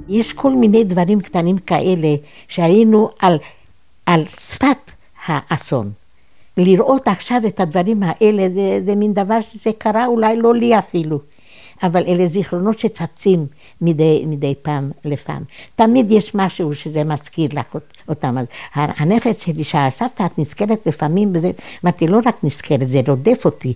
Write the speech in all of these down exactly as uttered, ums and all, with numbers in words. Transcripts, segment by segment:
יש כל מיני דברים קטנים כאלה שהיינו על, על שפת האסון. לראות עכשיו את הדברים האלה, זה, זה מין דבר שזה קרה אולי לא לי אפילו. אבל אלה זיכרונות שצצים מדי, מדי פעם לפעם. תמיד יש משהו שזה מזכיר לך אותם. אז הנכד שלי שהסבתא, את נזכרת לפעמים בזה, אמרתי, לא רק נזכרת, זה רודף אותי.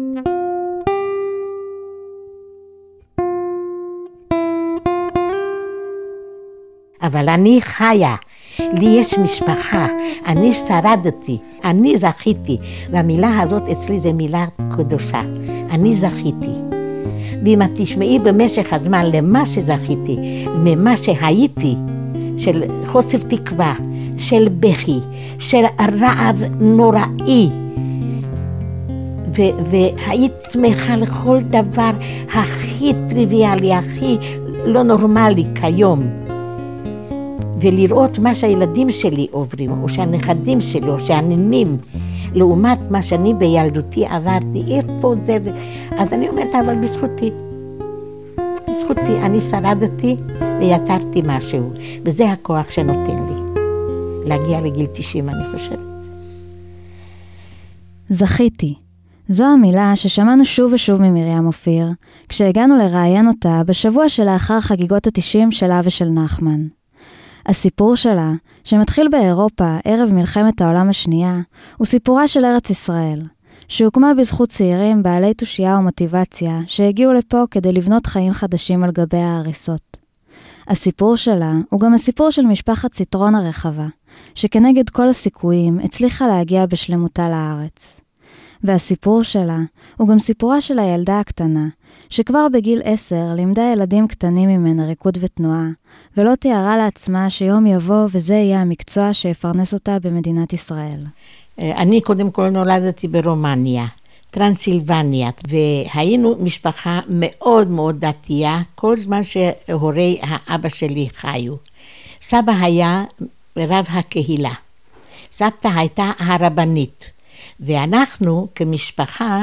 אבל אני חיה, לי יש משפחה, אני שרדתי, אני זכיתי, והמילה הזאת אצלי זה מילה קדושה, אני זכיתי. ואם את תשמעי במשך הזמן למה שזכיתי, ממה שהייתי, של חוסר תקווה, של בכי, של רעב נוראי, ו- והיית שמחה לכל דבר הכי טריוויאלי, הכי לא נורמלי כיום. ולראות מה שהילדים שלי עוברים, או שהנכדים שלי, או שהנינים, לעומת מה שאני בילדותי עברתי, איפה זה, ו... אז אני אומרת, אבל בזכותי, בזכותי, אני שרדתי ויצרתי משהו, וזה הכוח שנותן לי, להגיע לגיל תשעים, אני חושבת. זכיתי. זו המילה ששמענו שוב ושוב ממרים אופיר, כשהגענו לראיין אותה בשבוע שלאחר חגיגות התשעים שלה ושל נחמן. הסיפור שלה, שמתחיל באירופה ערב מלחמת העולם השנייה, הוא סיפורה של ארץ ישראל, שהוקמה בזכות צעירים בעלי תושייה ומוטיבציה שהגיעו לפה כדי לבנות חיים חדשים על גבי ההריסות. הסיפור שלה הוא גם הסיפור של משפחת ציטרון הרחבה, שכנגד כל הסיכויים הצליחה להגיע בשלמותה לארץ. והסיפור שלה הוא גם סיפורה של הילדה הקטנה, שכבר בגיל עשר לימדה ילדים קטנים ממנה ריקוד ותנועה, ולא תיארה לעצמה שיום יבוא וזה יהיה המקצוע שיפרנס אותה במדינת ישראל. אני קודם כל נולדתי ברומניה, טרנסילבניה, והיינו משפחה מאוד מאוד דתייה, כל זמן שהורי האבא שלי חיו. סבא היה רב הקהילה, סבתא הייתה הרבנית, ואנחנו כמשפחה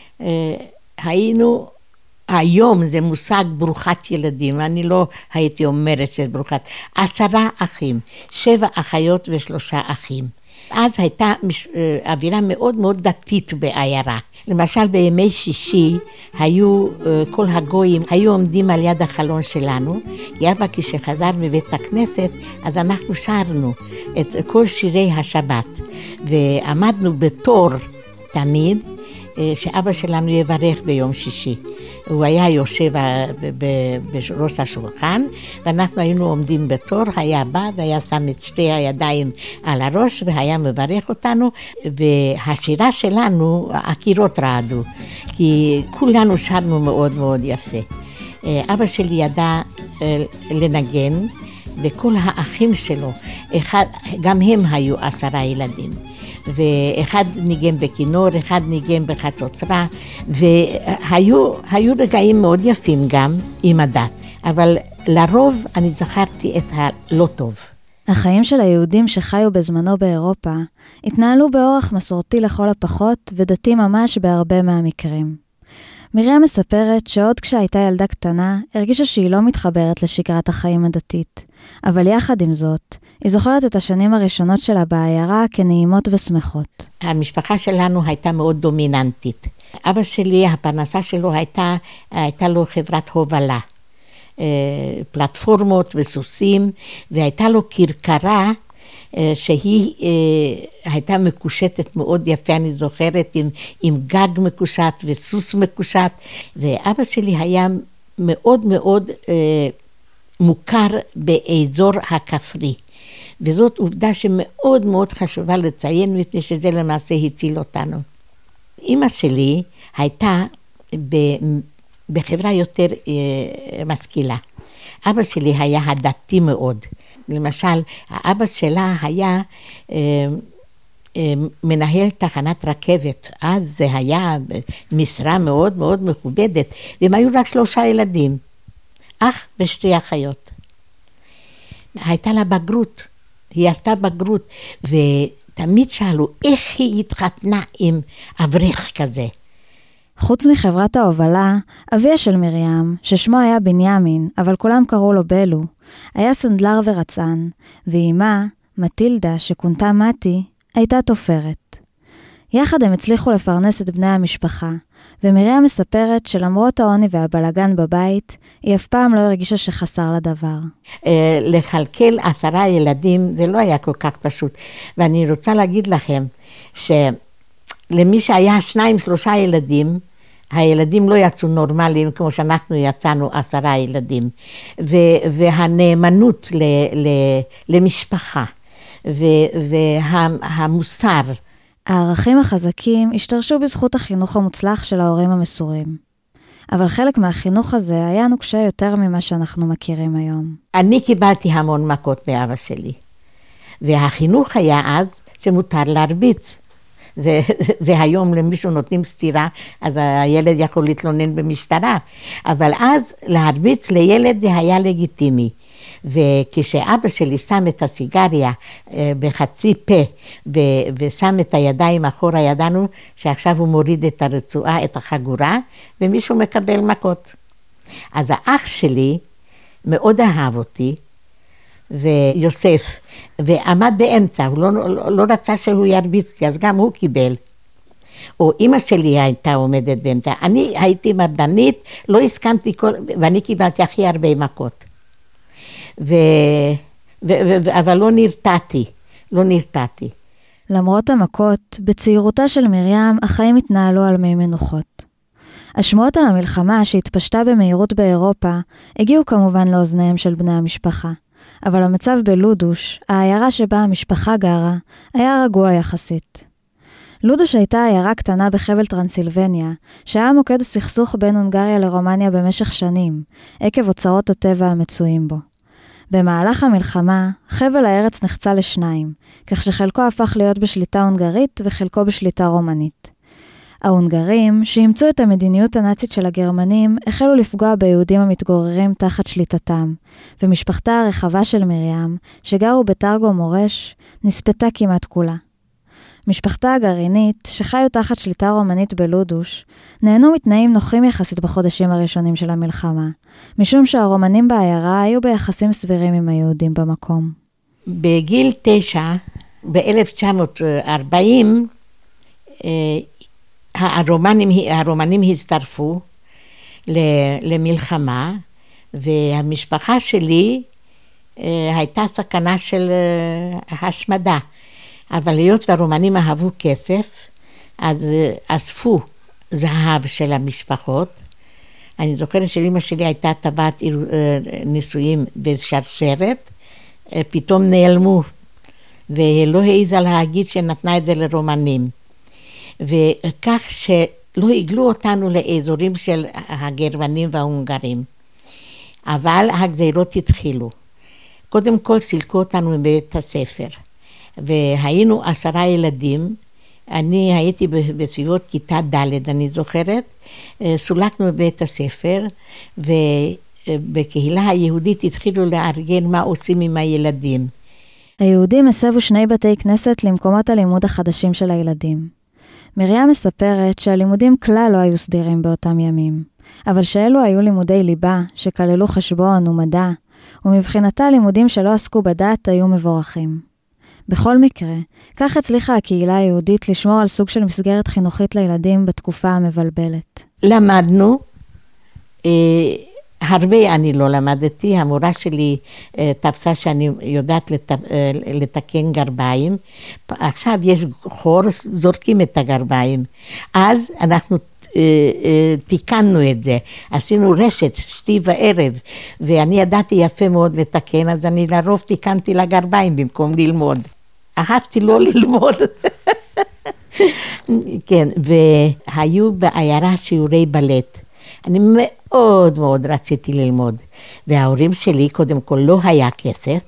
היינו, היום זה מושג ברוכת ילדים, אני לא הייתי אומרת שזה ברוכת, עשרה אחים, שבע אחיות ושלושה אחים. אז הייתה אווירה מאוד מאוד דתית בעיירה. למשל בימי שישי היו, כל הגויים היו עומדים על יד החלון שלנו, כי אבא כשחזר מבית הכנסת, אז אנחנו שרנו את כל שירי השבת, ועמדנו בתור תמיד, שאבא שלנו יברך ביום שישי. הוא היה יושב בראש השולחן, ואנחנו היינו עומדים בתור, היה בא והיה שם את שתי הידיים על הראש, והיה מברך אותנו, והשירה שלנו, הקירות רעדו, כי כולנו שרנו מאוד מאוד יפה. אבא שלי ידע לנגן, וכל האחים שלו, אחד, גם הם היו עשרה ילדים. ואחד ניגן בכינור, אחד ניגן בחצוצרה, והיו היו רגעים מאוד יפים גם עם הדת, אבל לרוב אני זכרתי את הלא טוב. החיים של היהודים שחיו בזמנו באירופה התנהלו באורח מסורתי לכל הפחות ודתי ממש בהרבה מהמקרים. מרים מספרת שעוד כשהייתה ילדה קטנה הרגישה שהיא לא מתחברת לשגרת החיים הדתית, אבל יחד עם זאת היא זוכרת את השנים הראשונות שלה בעיירה כנעימות ושמחות. המשפחה שלנו הייתה מאוד דומיננטית. אבא שלי, הפרנסה שלו הייתה, הייתה לו חברת הובלה, פלטפורמות וסוסים, והייתה לו כרכרה שהיא הייתה מקושטת מאוד יפה, אני זוכרת, עם, עם גג מקושט וסוס מקושט, ואבא שלי היה מאוד מאוד מוכר באזור הכפרי. וזאת עובדה שמאוד מאוד חשובה לציין, מפני שזה למעשה הציל אותנו. אמא שלי הייתה בחברה יותר משכילה. אבא שלי היה הדתי מאוד. למשל, האבא שלה היה מנהל תחנת רכבת. אז זה היה משרה מאוד מאוד מכובדת, והם היו רק שלושה ילדים, אח ושתי אחיות. הייתה לה בגרות. היא עשתה בגרות, ותמיד שאלו איך היא התחתנה עם אברך כזה. חוץ מחברת ההובלה, אביה של מרים, ששמו היה בנימין, אבל כולם קראו לו בלו, היה סנדלר ורצן, ואימה, מטילדה, שכונתה מתי, הייתה תופרת. יחד הם הצליחו לפרנס את בני המשפחה, ומרים מספרת שלמרות העוני והבלגן בבית, היא אף פעם לא הרגישה שחסר לדבר. לכלכל עשרה ילדים זה לא היה כל כך פשוט, ואני רוצה להגיד לכם שלמי שהיה שניים שלושה ילדים, הילדים לא יצאו נורמליים כמו שאנחנו יצאנו עשרה ילדים, והנאמנות ל, ל, למשפחה והמוסר. הערכים החזקים השתרשו בזכות החינוך המוצלח של ההורים המסורים. אבל חלק מהחינוך הזה היה נוקשה יותר ממה שאנחנו מכירים היום. אני קיבלתי המון מכות מאבא שלי, והחינוך היה אז שמותר להרביץ. זה, זה היום למישהו נותנים סתירה, אז הילד יכול להתלונן במשטרה, אבל אז להרביץ לילד זה היה לגיטימי. וכשאבא שלי שם את הסיגריה בחצי פה ושם את הידיים אחורה, ידענו שעכשיו הוא מוריד את הרצועה, את החגורה, ומישהו מקבל מכות. אז האח שלי מאוד אהב אותי, ויוסף, ועמד באמצע, הוא לא, לא, לא רצה שהוא ירביץ לי, אז גם הוא קיבל. או אמא שלי הייתה עומדת באמצע, אני הייתי מרדנית, לא הסכמתי, כל, ואני קיבלתי הכי הרבה מכות. ו... ו... ו... אבל לא נרתעתי, לא נרתעתי. למרות המכות, בצעירותה של מרים, החיים התנהלו על מי מנוחות. השמועות על המלחמה שהתפשטה במהירות באירופה, הגיעו כמובן לאוזניהם של בני המשפחה. אבל המצב בלודוש, העיירה שבה המשפחה גרה, היה רגוע יחסית. לודוש הייתה עיירה קטנה בחבל טרנסילבניה, שהיה מוקד הסכסוך בין הונגריה לרומניה במשך שנים, עקב אוצרות הטבע המצויים בו. במהלך המלחמה, חבל הארץ נחצה לשניים, כך שחלקו הפך להיות בשליטה הונגרית וחלקו בשליטה רומנית. ההונגרים, שאימצו את המדיניות הנאצית של הגרמנים, החלו לפגוע ביהודים המתגוררים תחת שליטתם, ומשפחתה הרחבה של מרים, שגרו בטרגו מורש, נספתה כמעט כולה. משפחתה הגרעינית, שחיו תחת שליטה רומנית בלודוש, נהנו מתנאים נוחים יחסית בחודשים הראשונים של המלחמה, משום שהרומנים בעיירה היו ביחסים סבירים עם היהודים במקום. בגיל תשע, ב-אלף תשע מאות וארבעים, הרומנים, הרומנים הצטרפו למלחמה, והמשפחה שלי הייתה סכנה של השמדה. אבל היות והרומנים אהבו כסף, אז אספו זהב של המשפחות. אני זוכרת שאמא שלי הייתה טבעת נישואים בשרשרת, פתאום נעלמו, ולא העיזה להגיד שנתנה את זה לרומנים. וכך שלא הגלו אותנו לאזורים של הגרמנים וההונגרים. אבל הגזירות התחילו. קודם כל סילקו אותנו מבית הספר. והיינו עשרה ילדים, אני הייתי בסביבות כיתה ד' אני זוכרת, סולקנו בבית הספר, ובקהילה היהודית התחילו לארגן מה עושים עם הילדים. היהודים הסבו שני בתי כנסת למקומות הלימוד החדשים של הילדים. מרים מספרת שהלימודים כלל לא היו סדירים באותם ימים, אבל שאלו היו לימודי ליבה שכללו חשבון ומדע, ומבחינתה לימודים שלא עסקו בדת היו מבורכים. בכל מקרה, כך הצליחה הקהילה היהודית לשמור על סוג של מסגרת חינוכית לילדים בתקופה המבלבלת. למדנו, אה, הרבה אני לא למדתי, המורה שלי אה, תפסה שאני יודעת לת, אה, לתקן גרביים, עכשיו יש חור, זורקים את הגרביים, אז אנחנו אה, אה, תיקנו את זה, עשינו רשת שתי וערב, ואני ידעתי יפה מאוד לתקן, אז אני לרוב תיקנתי לגרביים במקום ללמוד. אהבתי לא ללמוד. כן, והיו בעיירה שיעורי בלט. אני מאוד מאוד רציתי ללמוד, וההורים שלי קודם כל לא היה כסף,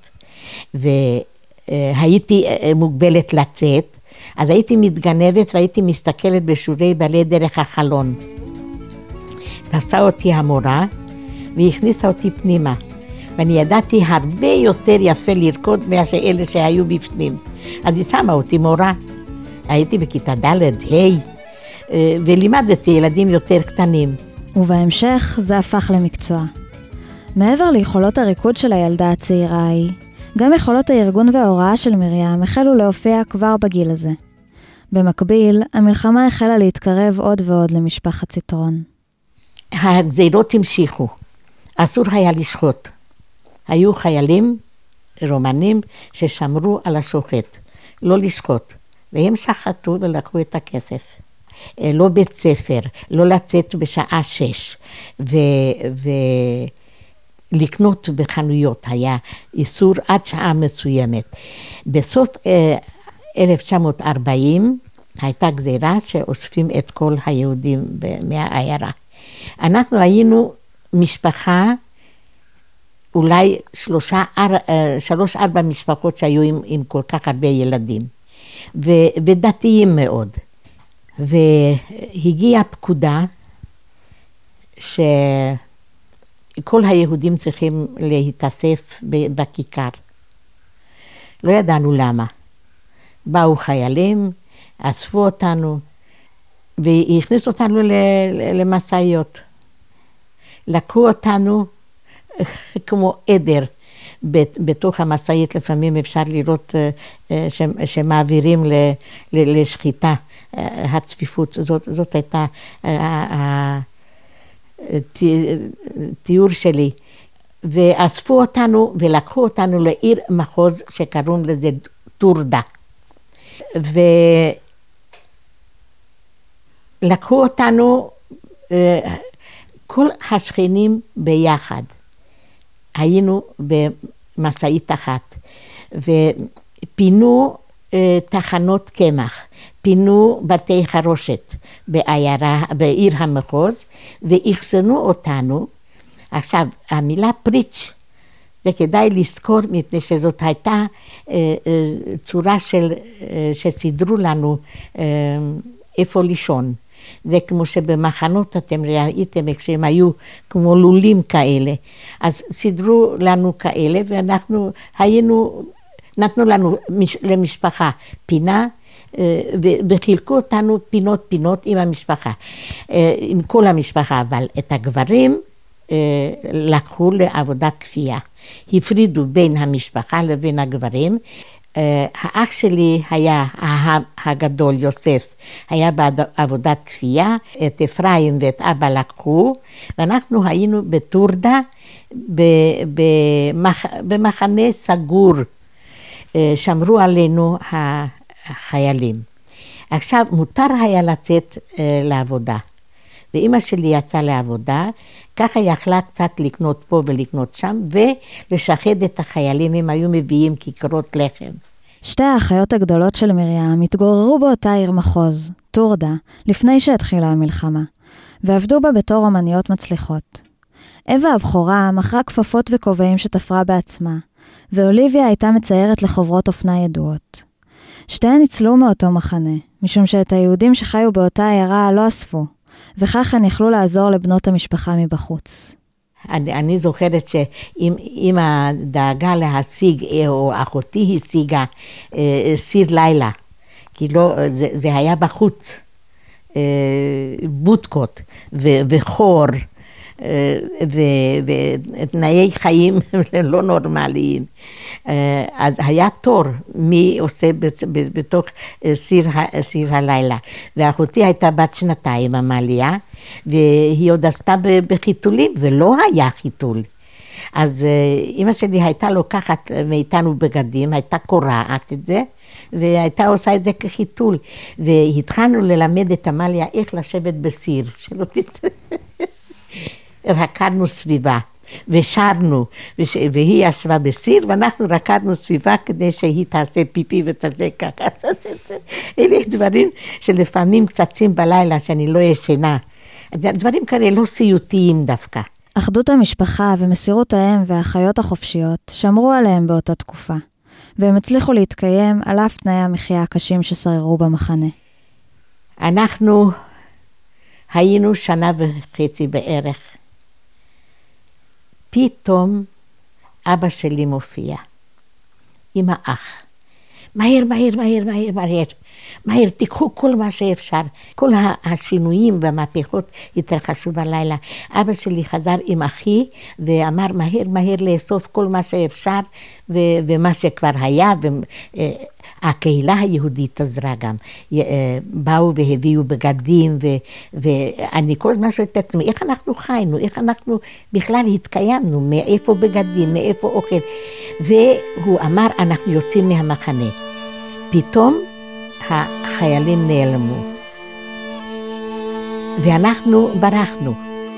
והייתי מוגבלת לצאת, אז הייתי מתגנבת והייתי מסתכלת בשיעורי בלט דרך החלון. תפסה אותי המורה והכניסה אותי פנימה, ואני ידעתי הרבה יותר יפה לרקוד מאשר אלה שהיו בפנים. אז היא שמה אותי מורה, הייתי בכיתה ד', היי, ולימדתי ילדים יותר קטנים. ובהמשך זה הפך למקצוע. מעבר ליכולות הריקוד של הילדה הצעירה ההיא, גם יכולות הארגון וההוראה של מרים החלו להופיע כבר בגיל הזה. במקביל, המלחמה החלה להתקרב עוד ועוד למשפחת ציטרון. הגזירות המשיכו. אסור היה לשחוט. היו חיילים רומנים ששמרו על השוחט, לא לשחוט. והם שחטו ולקחו את הכסף. לא בית ספר, לא לצאת בשעה שש. ו... ו... לקנות בחנויות היה איסור עד שעה מסוימת. בסוף אלף תשע מאות וארבעים הייתה גזירה שאוספים את כל היהודים מהעיירה. אנחנו היינו משפחה, אולי שלושה, שלוש ארבע משפחות שהיו עם, עם כל כך הרבה ילדים, ו, ודתיים מאוד. והגיעה פקודה ש... כל היהודים צריכים להתאסף בכיכר. לא ידענו למה. באו חיילים, אספו אותנו, והכניסו אותנו למסעיות. לקחו אותנו כמו עדר. בתוך המסעית לפעמים אפשר לראות שמעבירים לשחיטה. הצפיפות, זאת, זאת הייתה תיאור שלי, ואספו אותנו ולקחו אותנו לעיר מחוז שקראו לזה טורדה, ולקחו אותנו כל השכנים ביחד, היינו במסעית אחת, ופינו תחנות קמח, פינו בתי חרושת בעיירה, בעיר המחוז, ואחסנו אותנו. עכשיו, המילה פריץ' זה כדאי לזכור, מפני שזאת הייתה אה, אה, צורה של, אה, שסידרו לנו אה, איפה לישון. זה כמו שבמחנות אתם ראיתם, כשהם היו כמו לולים כאלה. אז סידרו לנו כאלה, ואנחנו היינו, נתנו לנו למשפחה פינה, וחילקו אותנו פינות פינות עם המשפחה, עם כל המשפחה, אבל את הגברים לקחו לעבודת כפייה. הפרידו בין המשפחה לבין הגברים. האח שלי היה, הגדול יוסף, היה בעבודת כפייה, את אפרים ואת אבא לקחו, ואנחנו היינו בטורדה, במחנה סגור, שמרו עלינו החיילים. עכשיו מותר היה לצאת לעבודה, ואמא שלי יצאה לעבודה, ככה יכלה קצת לקנות פה ולקנות שם, ולשחד את החיילים, הם היו מביאים כיכרות לחם. שתי האחיות הגדולות של מרים התגוררו באותה עיר מחוז, טורדה, לפני שהתחילה המלחמה, ועבדו בה בתור אומניות מצליחות. אווה הבכורה מכרה כפפות וכובעים שתפרה בעצמה, ואוליביה הייתה מציירת לחוברות אופנה ידועות. שתיהן ניצלו מאותו מחנה, משום שאת היהודים שחיו באותה עיירה לא אספו, וכך הן יכלו לעזור לבנות המשפחה מבחוץ. אני, אני זוכרת שאם הדאגה להשיג, או אחותי השיגה, סיר לילה, כי לא, זה, זה היה בחוץ, בוטקות וחור, ותנאי חיים לא נורמליים. אז היה תור מי עושה בתוך סיר, סיר הלילה. ואחותי הייתה בת שנתיים, אמליה, והיא עוד עשתה בחיתולים, ולא היה חיתול. אז אמא שלי הייתה לוקחת מאיתנו בגדים, הייתה קורעת את זה, והייתה עושה את זה כחיתול. והתחלנו ללמד את אמליה איך לשבת בסיר, שלא תצטרך. רקדנו סביבה ושרנו, וש... והיא ישבה בסיר, ואנחנו רקדנו סביבה כדי שהיא תעשה פיפי ותעשה ככה. אלה דברים שלפעמים צצים בלילה שאני לא ישנה. דברים כאלה לא סיוטיים דווקא. אחדות המשפחה ומסירות האם והאחיות החופשיות שמרו עליהם באותה תקופה, והם הצליחו להתקיים על אף תנאי המחיה הקשים ששררו במחנה. אנחנו היינו שנה וחצי בערך. פתאום אבא שלי מופיע עם האח. מהר, מהר, מהר, מהר, מהר. מהר, תיקחו כל מה שאפשר. כל השינויים והמהפכות התרחשו בלילה. אבא שלי חזר עם אחי ואמר מהר, מהר לאסוף כל מה שאפשר ו- ומה שכבר היה. והקהילה היהודית עזרה גם. באו והביאו בגדים ו- ואני כל הזמן שואלת את עצמי, איך אנחנו חיינו? איך אנחנו בכלל התקיימנו? מאיפה בגדים? מאיפה אוכל? והוא אמר, אנחנו יוצאים מהמחנה. פתאום החיילים נעלמו, ואנחנו ברחנו.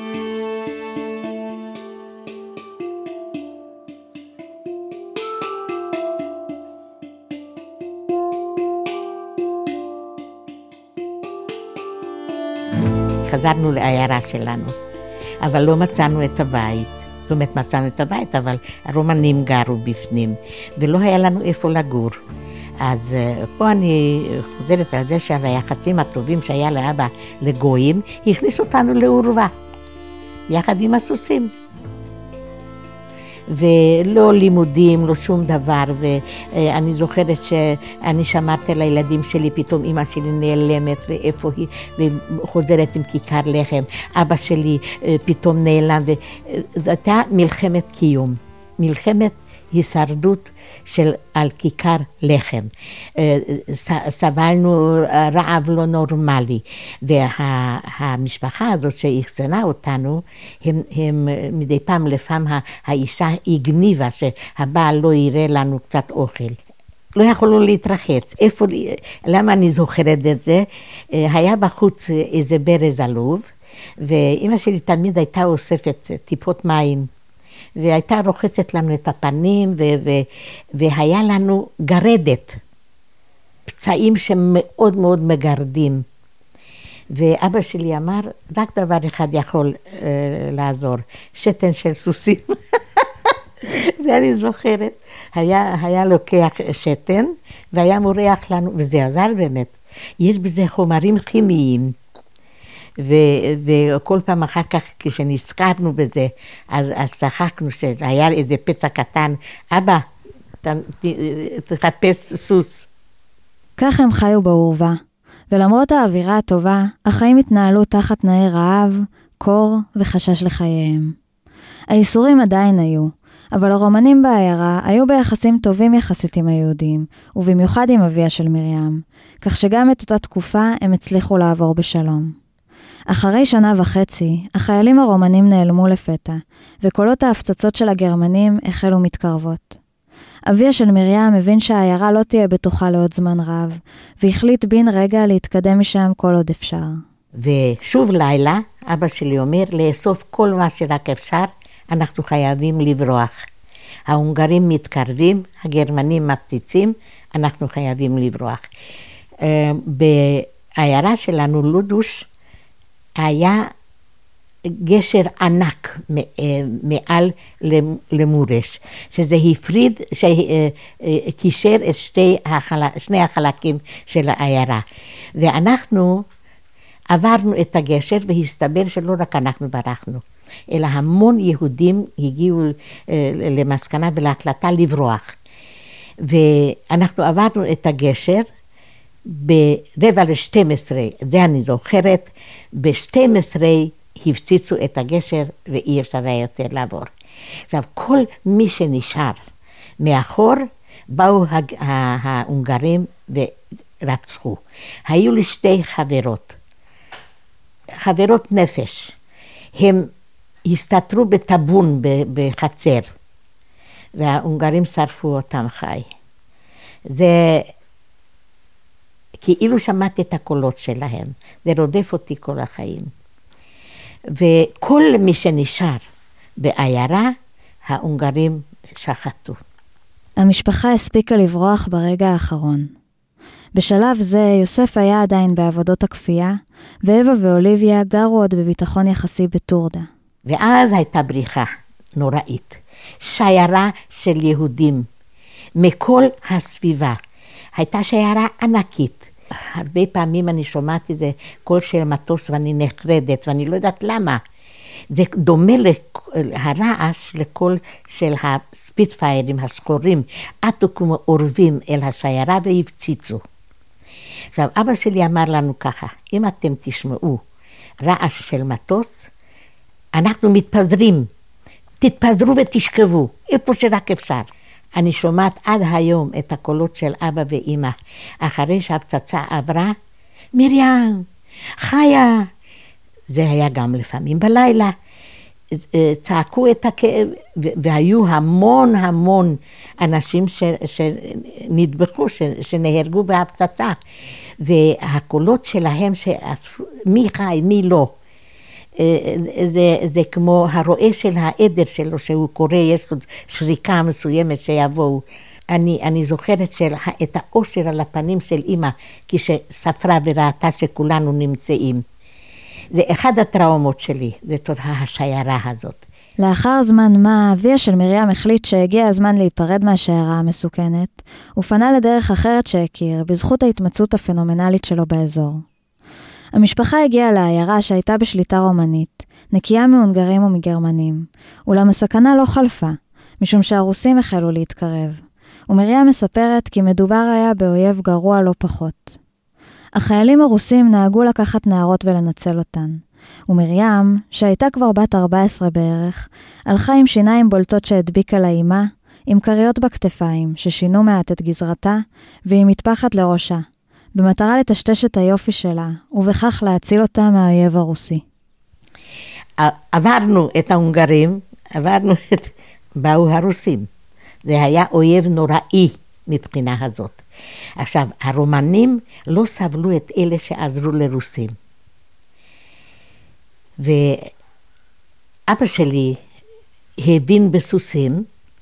חזרנו לעיירה שלנו, אבל לא מצאנו את הבית. זאת אומרת, מצאנו את הבית, אבל הרומנים גרו בפנים, ולא היה לנו איפה לגור. אז פה אני חוזרת על זה שעל היחסים הטובים שהיה לאבא לגויים, הכניס אותנו לעורבה, יחד עם הסוסים. ולא לימודים, לא שום דבר, ואני זוכרת שאני שמרתי על הילדים שלי, פתאום אמא שלי נעלמת, ואיפה היא, וחוזרת עם כיכר לחם, אבא שלי פתאום נעלם, וזאת הייתה מלחמת קיום, מלחמת הישרדות של על כיכר לחם. סבלנו רעב לא נורמלי, והמשפחה הזאת שהחצנה אותנו, הם, הם מדי פעם לפעם האישה הגניבה שהבעל לא יראה לנו קצת אוכל. לא יכולנו להתרחץ. איפה, למה אני זוכרת את זה? היה בחוץ איזה ברז עלוב, ואמא שלי תמיד הייתה אוספת טיפות מים, והייתה רוחצת לנו את הפנים, ו- ו- והיה לנו גרדת, פצעים שמאוד מאוד מגרדים. ואבא שלי אמר, רק דבר אחד יכול uh, לעזור, שתן של סוסים. זה אני זוכרת. היה, היה לוקח שתן, והיה מורח לנו, וזה עזר באמת. יש בזה חומרים כימיים. וכל פעם אחר כך כשנזכרנו בזה, אז, אז צחקנו שהיה איזה פצע קטן, אבא, תחפש סוס. כך הם חיו בעורבה, ולמרות האווירה הטובה, החיים התנהלו תחת תנאי רעב, קור וחשש לחייהם. האיסורים עדיין היו, אבל הרומנים בעיירה היו ביחסים טובים יחסית עם היהודים, ובמיוחד עם אביה של מרים, כך שגם את אותה תקופה הם הצליחו לעבור בשלום. אחרי שנה וחצי, החיילים הרומנים נעלמו לפתע, וקולות ההפצצות של הגרמנים החלו מתקרבות. אביה של מרים מבין שהעיירה לא תהיה בטוחה לעוד זמן רב, והחליט בין רגע להתקדם משם כל עוד אפשר. ושוב לילה, אבא שלי אומר, לאסוף כל מה שרק אפשר, אנחנו חייבים לברוח. ההונגרים מתקרבים, הגרמנים מפציצים, אנחנו חייבים לברוח. בעיירה שלנו לודוש, היה גשר ענק מעל למורש, שזה הפריד, שקישר את שתי החלק, שני החלקים של העיירה. ואנחנו עברנו את הגשר והסתבר שלא רק אנחנו ברחנו, אלא המון יהודים הגיעו למסקנה ולהחלטה לברוח. ואנחנו עברנו את הגשר, ברבע ל-שתים עשרה, זה אני זוכרת, ב-שתים עשרה הפציצו את הגשר ואי אפשר היה יותר לעבור. עכשיו, כל מי שנשאר מאחור, באו ההונגרים ורצחו. היו לי שתי חברות, חברות נפש. הם הסתתרו בטבון בחצר, וההונגרים שרפו אותם חי. זה כאילו שמעתי את הקולות שלהם, זה רודף אותי כל החיים. וכל מי שנשאר בעיירה, ההונגרים שחטו. המשפחה הספיקה לברוח ברגע האחרון. בשלב זה יוסף היה עדיין בעבודות הכפייה, ואווה ואוליביה גרו עוד בביטחון יחסי בטורדה. ואז הייתה בריחה נוראית, שיירה של יהודים מכל הסביבה. הייתה שיירה ענקית. הרבה פעמים אני שומעת איזה קול של מטוס ואני נחרדת, ואני לא יודעת למה. זה דומה להרעש לקול של הספיטפיירים השחורים, עטו כמו אורבים אל השיירה והפציצו. עכשיו, אבא שלי אמר לנו ככה, אם אתם תשמעו רעש של מטוס, אנחנו מתפזרים, תתפזרו ותשכבו, איפה שרק אפשר. אני שומעת עד היום את הקולות של אבא ואמא, אחרי שהפצצה עברה, מרים, חיה, זה היה גם לפעמים בלילה, צעקו את הכאב, והיו המון המון אנשים ש, שנדבקו, ש, שנהרגו בהפצצה, והקולות שלהם, שאספו, מי חי, מי לא, זה, זה כמו הרועה של העדר שלו, שהוא קורא, יש לו שריקה מסוימת שיבואו. אני, אני זוכרת של, את האושר על הפנים של אמא, כשספרה וראתה שכולנו נמצאים. זה אחד הטראומות שלי, זה תודה השיירה הזאת. לאחר זמן מה, אביה של מרים החליט שהגיע הזמן להיפרד מהשיירה המסוכנת, ופנה לדרך אחרת שהכיר, בזכות ההתמצאות הפנומנלית שלו באזור. המשפחה הגיעה לעיירה שהייתה בשליטה רומנית, נקייה מהונגרים ומגרמנים, אולם הסכנה לא חלפה, משום שהרוסים החלו להתקרב, ומרים מספרת כי מדובר היה באויב גרוע לא פחות. החיילים הרוסים נהגו לקחת נערות ולנצל אותן, ומרים, שהייתה כבר בת ארבע עשרה בערך, הלכה עם שיניים בולטות שהדביקה לאימה, עם קריות בכתפיים ששינו מעט את גזרתה, ועם מטפחת לראשה, במטרה לטשטש את היופי שלה, ובכך להציל אותה מהאויב הרוסי. עברנו את ההונגרים, עברנו את... באו הרוסים. זה היה אויב נוראי מבחינה הזאת. עכשיו, הרומנים לא סבלו את אלה שעזרו לרוסים. ואבא שלי הבין בסוסים,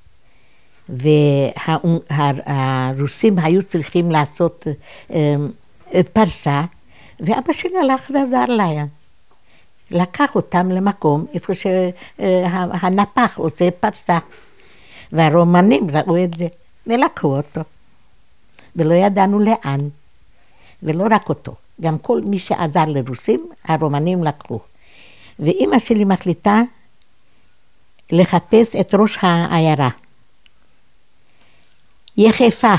והרוסים היו צריכים לעשות פרסה, ואבא שלי הלך ועזר להם. לקח אותם למקום איפה שהנפח עושה פרסה. והרומנים ראו את זה, ולקחו אותו. ולא ידענו לאן. ולא רק אותו. גם כל מי שעזר לרוסים, הרומנים לקחו. ואמא שלי מחליטה לחפש את ראש העיירה. יחפה.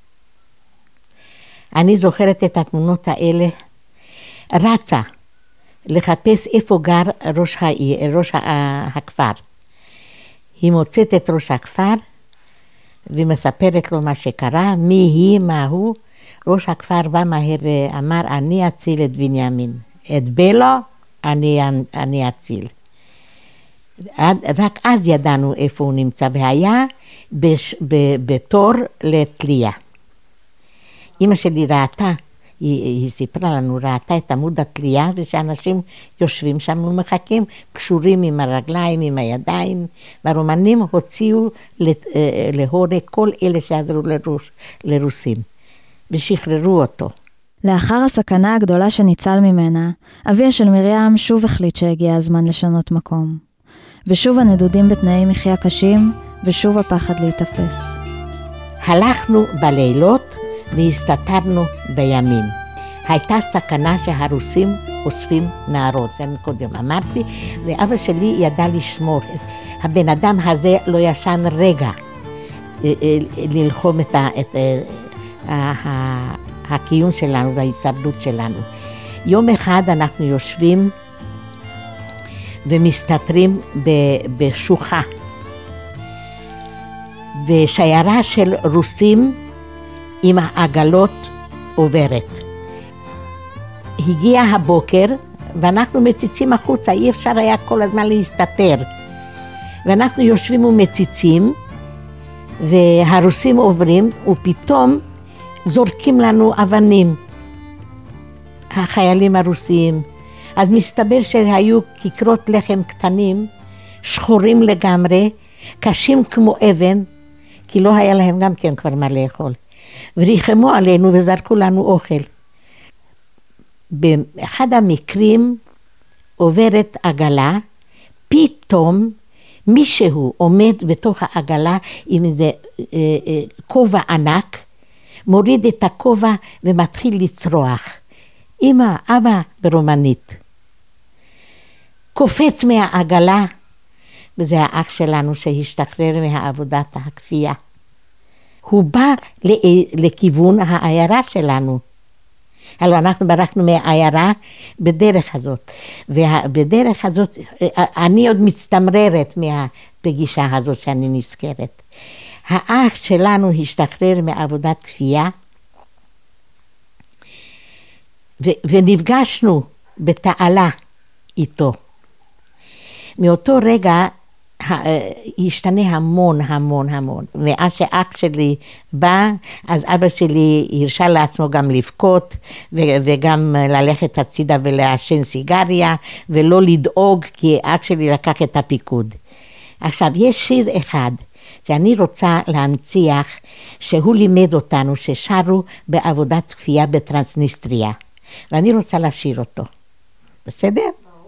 אני זוכרת את התמונות האלה, רצה לחפש איפה גר ראש, העיר, ראש הכפר. היא מוצאת את ראש הכפר, והיא מספרת לו מה שקרה, מי היא, מה הוא. ראש הכפר בא מהר ואמר, אני אציל את בנימין. את בלו, אני, אני אציל. רק אז ידענו איפה הוא נמצא, והיה בש, ב, בתור לתליה. אמא שלי ראתה, היא, היא סיפרה לנו, ראתה את עמוד התליה, ושאנשים יושבים שם ומחכים, קשורים עם הרגליים, עם הידיים, והרומנים הוציאו להורג כל אלה שעזרו לרוס, לרוסים, ושחררו אותו. לאחר הסכנה הגדולה שניצל ממנה, אביה של מרים שוב החליט שהגיע הזמן לשנות מקום. ושוב הנדודים בתנאי מחיה קשים, ושוב הפחד להתאפס. הלכנו בלילות והסתתרנו בימים. הייתה סכנה שהרוסים אוספים נערות, זה אני קודם אמרתי, ואבא שלי ידע לשמור. הבן אדם הזה לא ישן רגע ללחום את, את הקיום שלנו וההישרדות שלנו. יום אחד אנחנו יושבים ומסתתרים בשוחה. ושיירה של רוסים עם העגלות עוברת. הגיע הבוקר ואנחנו מציצים החוצה, אי אפשר היה כל הזמן להסתתר. ואנחנו יושבים ומציצים, והרוסים עוברים, ופתאום זורקים לנו אבנים. החיילים הרוסיים. אז מסתבר שהיו כיכרות לחם קטנים, שחורים לגמרי, קשים כמו אבן, כי לא היה להם גם כן כבר מה לאכול. וריחמו עלינו וזרקו לנו אוכל. באחד המקרים עוברת עגלה, פתאום מישהו עומד בתוך העגלה עם איזה כובע ענק, מוריד את הכובע ומתחיל לצרוח. אמא, אבא, ברומנית. קופץ מהעגלה, וזה האח שלנו שהשתחרר מהעבודת הכפייה. הוא בא לכיוון העיירה שלנו. הלוא אנחנו ברחנו מהעיירה בדרך הזאת, ובדרך הזאת אני עוד מצטמררת מהפגישה הזאת שאני נזכרת. האח שלנו השתחרר מעבודת כפייה, ו- ונפגשנו בתעלה איתו. מאותו רגע השתנה המון המון המון. מאז שאח שלי בא, אז אבא שלי הרשה לעצמו גם לבכות, ו- וגם ללכת הצידה ולעשן סיגריה, ולא לדאוג, כי אח שלי לקח את הפיקוד. עכשיו, יש שיר אחד, שאני רוצה להנציח, שהוא לימד אותנו, ששרו בעבודת כפייה בטרנסניסטריה. ואני רוצה לשיר אותו. בסדר?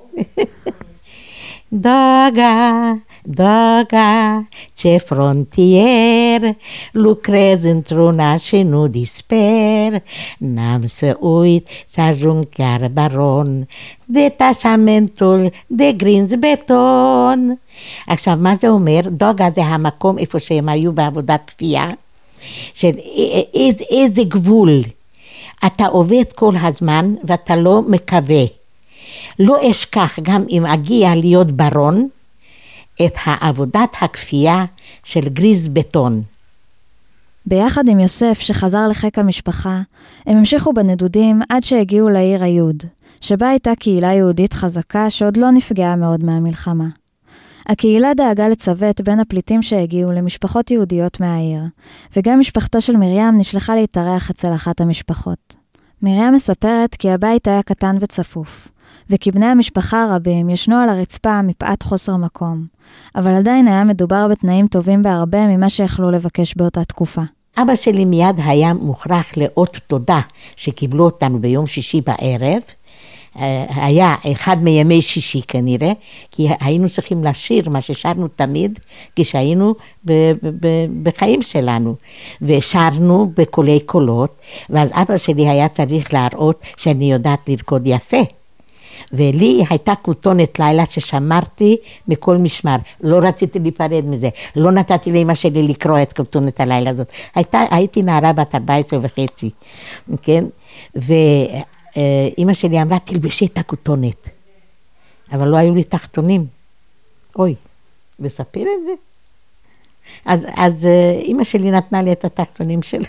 Doga, doga, c'è frontier, lucrez într-una și nu disper, n-am să uit să ajung chiar baron, detașamentul de grinz beton. עכשיו, מה זה אומר? דוגה זה המקום איפה שהם היו בעבודת כפייה, של איזה, איזה גבול. אתה עובד כל הזמן ואתה לא מקווה. לא אשכח גם אם אגיע להיות ברון, את העבודת הכפייה של גריז בטון. ביחד עם יוסף שחזר לחיק המשפחה, הם המשיכו בנדודים עד שהגיעו לעיר היוד, שבה הייתה קהילה יהודית חזקה שעוד לא נפגעה מאוד מהמלחמה. הקהילה דאגה לצוות בין הפליטים שהגיעו למשפחות יהודיות מהעיר, וגם משפחתה של מרים נשלחה להתארח אצל אחת המשפחות. מרים מספרת כי הבית היה קטן וצפוף, וכי בני המשפחה הרבים ישנו על הרצפה מפאת חוסר מקום, אבל עדיין היה מדובר בתנאים טובים בהרבה ממה שיכלו לבקש באותה תקופה. אבא שלי מיד היה מוכרח לאות תודה שקיבלו אותנו ביום שישי בערב, היה אחד מימי שישי כנראה, כי היינו צריכים לשיר מה ששרנו תמיד כשהיינו ב- ב- בחיים שלנו, ושרנו בקולי קולות, ואז אבא שלי היה צריך להראות שאני יודעת לרקוד יפה. ולי הייתה כותונת לילה ששמרתי מכל משמר, לא רציתי להיפרד מזה, לא נתתי לאמא שלי לקרוא את כותונת הלילה הזאת, הייתה, הייתי נערה בת ארבע עשרה וחצי, כן? ואמא שלי אמרה, תלבשי את הכותונת, אבל לא היו לי תחתונים, אוי, לספר את זה? אז, אז אמא שלי נתנה לי את התחתונים שלה,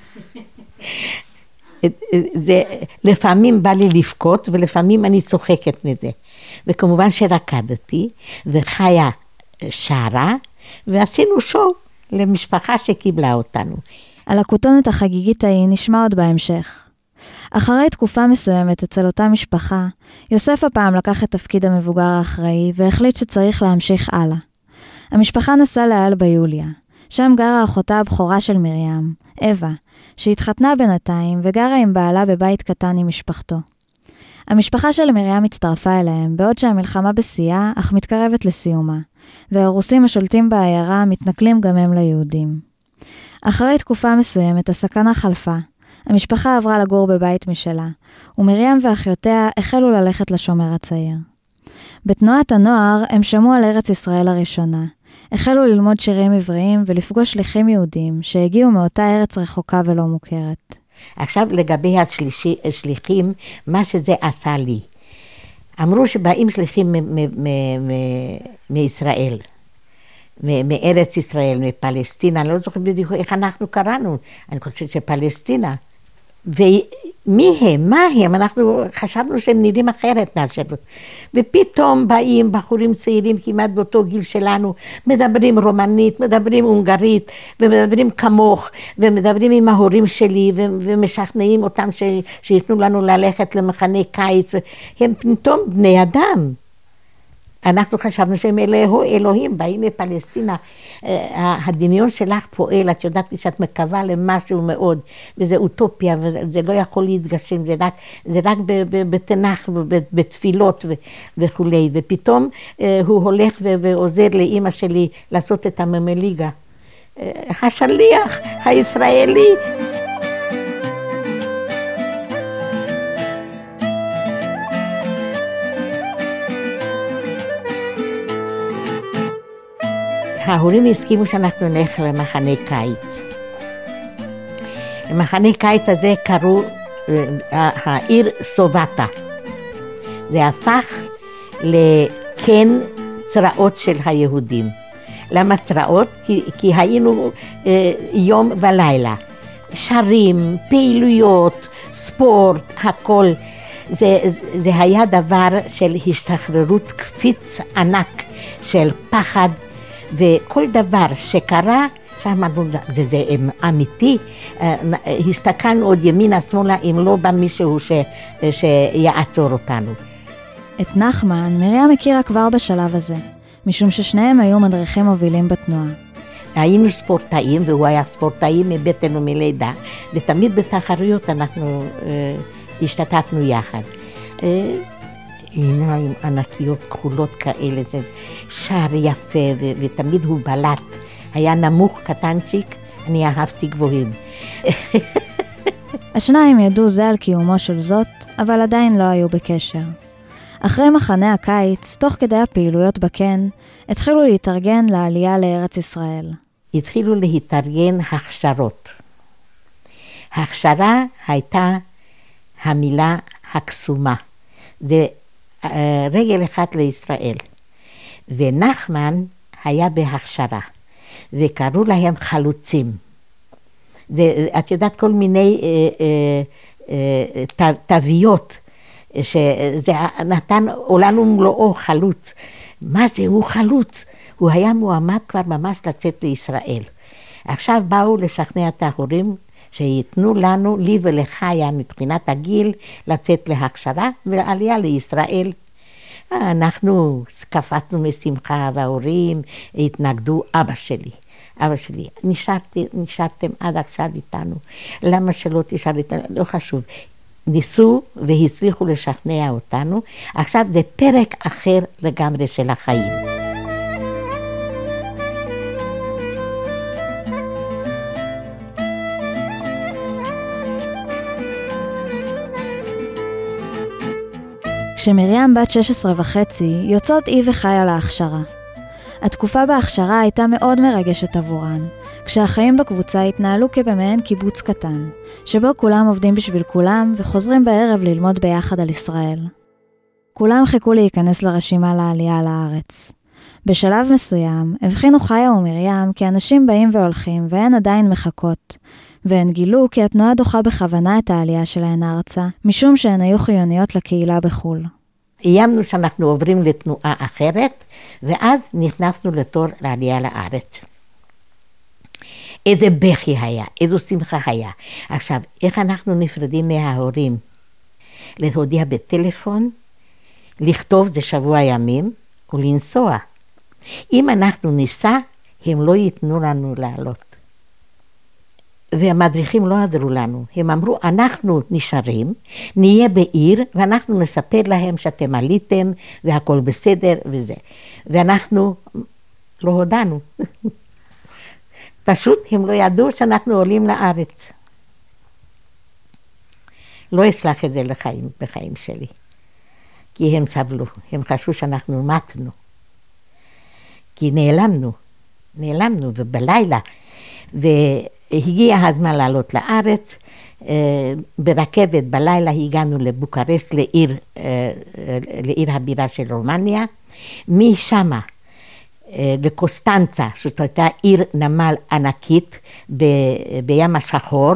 זה, לפעמים בא לי לבכות ולפעמים אני צוחקת מזה, וכמובן שרקדתי וחיה שרה ועשינו שואו למשפחה שקיבלה אותנו. על הכותונת החגיגית ההיא נשמע עוד בהמשך. אחרי תקופה מסוימת אצל אותה משפחה, יוסף הפעם לקח את תפקיד המבוגר האחראי והחליט שצריך להמשיך הלאה. המשפחה נסעה לאלבה יוליה, שם גרה אחותה הבכורה של מרים, אווה, שהתחתנה בינתיים וגרה עם בעלה בבית קטן עם משפחתו. המשפחה של מרים הצטרפה אליהם, בעוד שהמלחמה בשיאה אך מתקרבת לסיומה, והרוסים השולטים בעיירה מתנכלים גם הם ליהודים. אחרי תקופה מסוימת הסכנה חלפה, המשפחה עברה לגור בבית משלה, ומרים ואחיותיה החלו ללכת לשומר הצעיר. בתנועת הנוער הם שמעו על ארץ ישראל הראשונה, החלו ללמוד שירים עבריים ולפגוש שליחים יהודים שהגיעו מאותה ארץ רחוקה ולא מוכרת. עכשיו לגבי השליחים, מה שזה עשה לי. אמרו שבאים שליחים מישראל, מארץ ישראל, מפלסטינה, אני לא זוכרת בדיוק איך אנחנו קראנו, אני חושבת שפלסטינה. ומי הם? מה הם? אנחנו חשבנו שהם נראים אחרת מאשר. ופתאום באים בחורים צעירים כמעט באותו גיל שלנו, מדברים רומנית, מדברים הונגרית, ומדברים כמוך, ומדברים עם ההורים שלי, ומשכנעים אותם ש... שיתנו לנו ללכת למחנה קיץ, הם פתאום בני אדם. אנחנו חשבנו שהם אלוה, אלוהים, באים מפלסטינה. הדמיון שלך פועל, את יודעת שאת מקווה למשהו מאוד, וזה אוטופיה, וזה לא יכול להתגשם, זה רק, זה רק בתנ"ך, בתפילות וכו'. ופתאום הוא הולך ועוזר לאמא שלי לעשות את הממליגה. השליח הישראלי. ההורים הסכימו שאנחנו נלך למחנה קיץ. למחנה קיץ הזה קראו העיר סובטה. זה הפך לקן צרעות של היהודים. למה צרעות? כי, כי היינו אה, יום ולילה. שרים, פעילויות, ספורט, הכל. זה, זה היה דבר של השתחררות, קפיץ ענק של פחד, וכל דבר שקרה, שאמרנו, זה, זה אמיתי, הסתכלנו עוד ימינה שמאלה אם לא בא מישהו ש, שיעצור אותנו. את נחמן מרים הכירה כבר בשלב הזה, משום ששניהם היו מדריכים מובילים בתנועה. היינו ספורטאים, והוא היה ספורטאי מבטן ומלידה, ותמיד בתחרויות אנחנו אה, השתתפנו יחד. אה, עיניים ענקיות כחולות כאלה, זה שער יפה, ו- ותמיד הוא בלט. היה נמוך קטנצ'יק, אני אהבתי גבוהים. השניים ידעו זה על קיומו של זאת, אבל עדיין לא היו בקשר. אחרי מחנה הקיץ, תוך כדי הפעילויות בקן, התחילו להתארגן לעלייה לארץ ישראל. התחילו להתארגן הכשרות. ההכשרה הייתה המילה הקסומה. זה רגל אחת לישראל. ונחמן היה בהכשרה, וקראו להם חלוצים. ואת יודעת כל מיני אה, אה, אה, תוויות, שזה נתן עולם ומלואו חלוץ. מה זה? הוא חלוץ. הוא היה מועמד כבר ממש לצאת לישראל. עכשיו באו לשכנע את ההורים שיתנו לנו, לי ולחיה מבחינת הגיל, לצאת להכשרה ולעלייה לישראל. אנחנו קפצנו משמחה, וההורים התנגדו. אבא שלי, אבא שלי, נשארתי, נשארתם עד עכשיו איתנו. למה שלא תשאר איתנו? לא חשוב. ניסו והצליחו לשכנע אותנו. עכשיו זה פרק אחר לגמרי של החיים. כשמרים בת שש עשרה וחצי, יוצאות היא וחיה להכשרה. התקופה בהכשרה הייתה מאוד מרגשת עבורן, כשהחיים בקבוצה התנהלו כבמעין קיבוץ קטן, שבו כולם עובדים בשביל כולם וחוזרים בערב ללמוד ביחד על ישראל. כולם חיכו להיכנס לרשימה לעלייה לארץ. בשלב מסוים, הבחינו חיה ומרים כי אנשים באים והולכים והן עדיין מחכות, והן גילו כי התנועה דוחה בכוונה את העלייה שלהן ארצה, משום שהן היו חיוניות לקהילה בחול. איימנו שאנחנו עוברים לתנועה אחרת, ואז נכנסנו לתור לעלייה לארץ. איזה בכי היה, איזו שמחה היה. עכשיו, איך אנחנו נפרדים מההורים? להודיע בטלפון, לכתוב זה שבוע ימים, ולנסוע. אם אנחנו ניסע, הם לא ייתנו לנו לעלות. והמדריכים לא עזרו לנו. הם אמרו, אנחנו נשארים, נהיה בעיר, ואנחנו נספר להם שאתם עליתם, והכל בסדר וזה. ואנחנו לא הודענו. פשוט הם לא ידעו שאנחנו עולים לארץ. לא אסלח את זה לחיים, בחיים שלי. כי הם סבלו, הם חשבו שאנחנו מתנו. כי נעלמנו, נעלמנו, ובלילה, והגיע הזמן לעלות לארץ, ברכבת בלילה הגענו לבוקרשט, לעיר, לעיר הבירה של רומניה, משם לקוסטנצה, זאת הייתה עיר נמל ענקית ב, בים השחור,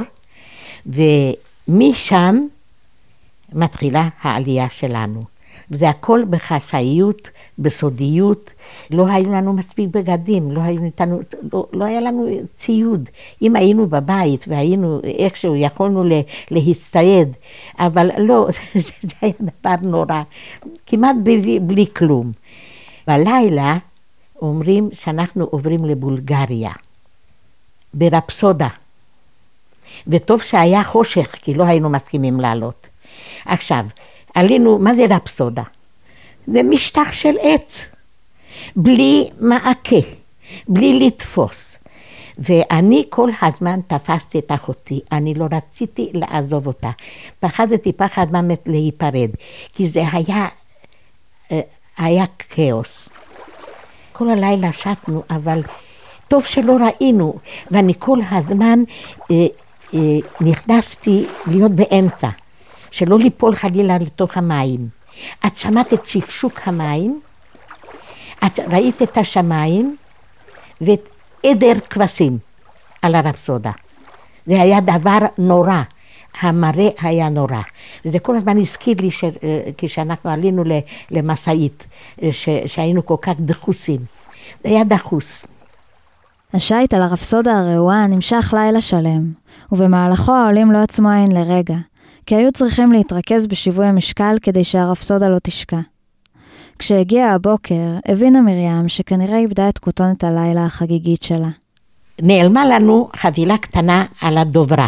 ומשם מתחילה העלייה שלנו. וזה הכל בחשאיות, בסודיות. לא היו לנו מספיק בגדים, לא, היו ניתנו, לא, לא היה לנו ציוד. אם היינו בבית והיינו איכשהו יכולנו לה, להצטייד, אבל לא, זה, זה היה דבר נורא, כמעט בלי, בלי כלום. בלילה אומרים שאנחנו עוברים לבולגריה, ברפסודה. וטוב שהיה חושך, כי לא היינו מסכימים לעלות. עכשיו, עלינו, מה זה רפסודה? זה משטח של עץ, בלי מעקה, בלי לתפוס. ואני כל הזמן תפסתי את אחותי, אני לא רציתי לעזוב אותה. פחדתי פחד מוות להיפרד, כי זה היה, היה כאוס. כל הלילה שתנו, אבל טוב שלא ראינו, ואני כל הזמן אה, אה, נכנסתי להיות באמצע, שלא ליפול חלילה לתוך המים. את שמעת את שקשוק המים, את ראית את השמיים, ואת עדר כבשים על הרפסודה. זה היה דבר נורא, המראה היה נורא. וזה כל הזמן הזכיר לי ש... כשאנחנו עלינו למסעית, ש... שהיינו כל כך דחוסים. זה היה דחוס. השייט על הרפסודה הרעועה נמשך לילה שלם, ובמהלכו העולים לא עצמו עין לרגע, כי היו צריכים להתרכז בשיווי המשקל כדי שהרפסודה לא תשקע. כשהגיע הבוקר, הבינה מרים שכנראה איבדה את כותונת הלילה החגיגית שלה. נעלמה לנו חבילה קטנה על הדוברה,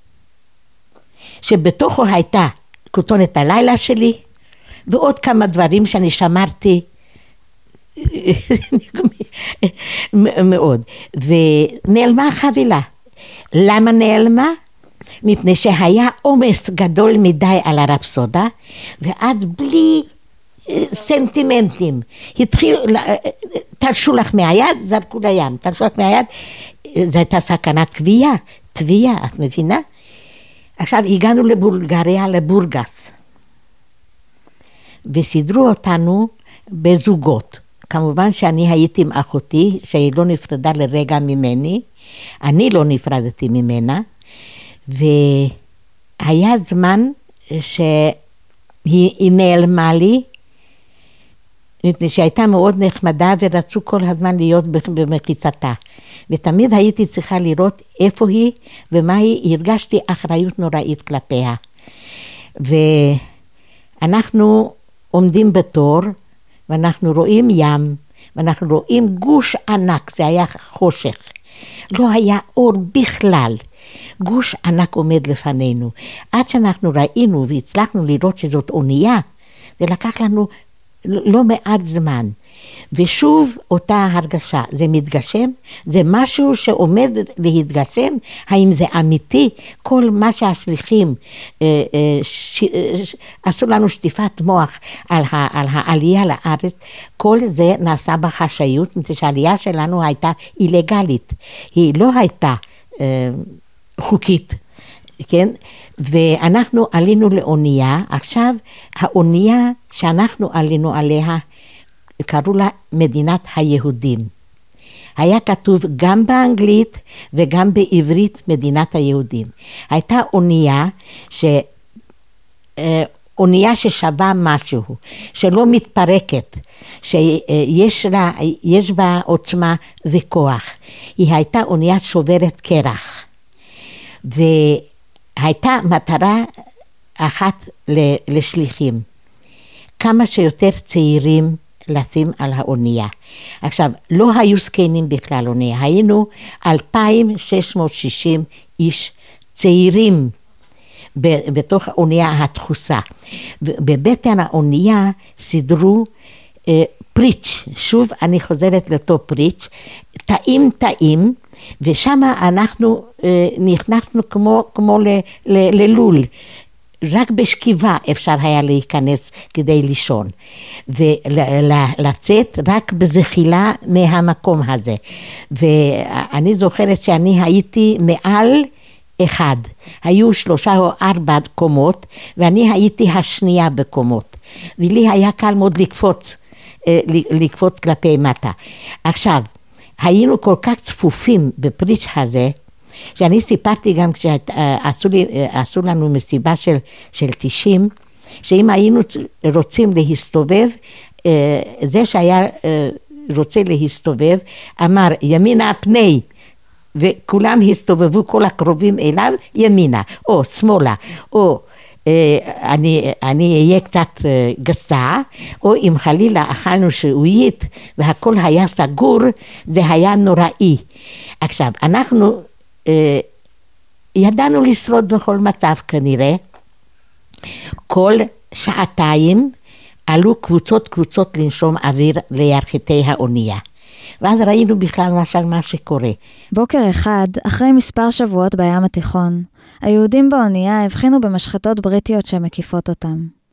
שבתוכו הייתה כותונת הלילה שלי, ועוד כמה דברים שאני שמרתי מאוד. ונעלמה החבילה. למה נעלמה? מפני שהיה עומס גדול מדי על הרפסודה, ועד בלי סנטימנטים. התחילו, תלשו לך מהיד, זרקו לים, תלשו לך מהיד, זו הייתה סכנת תביעה, תביעה, את מבינה? עכשיו הגענו לבולגריה, לבורגס, וסידרו אותנו בזוגות. כמובן שאני הייתי עם אחותי, שהיא לא נפרדה לרגע ממני, אני לא נפרדתי ממנה, והיה זמן שהיא נעלמה לי, מפני שהייתה מאוד נחמדה ורצו כל הזמן להיות במחיצתה. ותמיד הייתי צריכה לראות איפה היא ומה היא, הרגשתי אחריות נוראית כלפיה. ואנחנו עומדים בתור, ואנחנו רואים ים, ואנחנו רואים גוש ענק, זה היה חושך. לא היה אור בכלל. גוש ענק עומד לפנינו. עד שאנחנו ראינו והצלחנו לראות שזאת אונייה, זה לקח לנו לא מעט זמן. ושוב אותה הרגשה, זה מתגשם, זה משהו שעומד להתגשם, האם זה אמיתי? כל מה שהשליחים אה, אה, ש, ש, עשו לנו שטיפת מוח על, ה, על העלייה לארץ, כל זה נעשה בחשאיות, מפני שהעלייה שלנו הייתה אילגלית, היא לא הייתה אה, חוקית, כן? ואנחנו עלינו לאונייה, עכשיו האונייה שאנחנו עלינו עליה, קראו לה מדינת היהודים. היה כתוב גם באנגלית וגם בעברית מדינת היהודים. הייתה אונייה, ש... אונייה ששווה משהו, שלא מתפרקת, שיש לה, יש בה עוצמה וכוח. היא הייתה אונייה שוברת קרח. והייתה מטרה אחת לשליחים. כמה שיותר צעירים לשים על האונייה. עכשיו, לא היו זקנים בכלל אונייה, היינו אלפיים שש מאות ושישים איש צעירים בתוך האונייה הדחוסה. בבטן האונייה סידרו אה, פריץ', שוב אני חוזרת לאותו פריץ', תאים תאים, ושם אנחנו אה, נכנסנו כמו, כמו ל, ל, ללול. רק בשכיבה אפשר היה להיכנס כדי לישון, ולצאת רק בזחילה מהמקום הזה. ואני זוכרת שאני הייתי מעל אחד, היו שלושה או ארבע קומות, ואני הייתי השנייה בקומות, ולי היה קל מאוד לקפוץ, לקפוץ כלפי מטה. עכשיו, היינו כל כך צפופים בפריץ' הזה, שאני סיפרתי גם כשעשו לי, עשו לנו מסיבה של, של תשעים, שאם היינו רוצים להסתובב, זה שהיה רוצה להסתובב, אמר ימינה פני, וכולם הסתובבו כל הקרובים אליו ימינה, או שמאלה, או אני, אני אהיה קצת גסה, או אם חלילה אכלנו שעועית, והכל היה סגור, זה היה נוראי. עכשיו, אנחנו ידענו לשרוד בכל מצב כנראה. כל שעתיים עלו קבוצות קבוצות לנשום אוויר לירכתי האונייה. ואז ראינו בכלל משל מה שקורה. בוקר אחד, אחרי מספר שבועות בים התיכון, היהודים באונייה הבחינו במשחטות בריטיות שמקיפות אותם.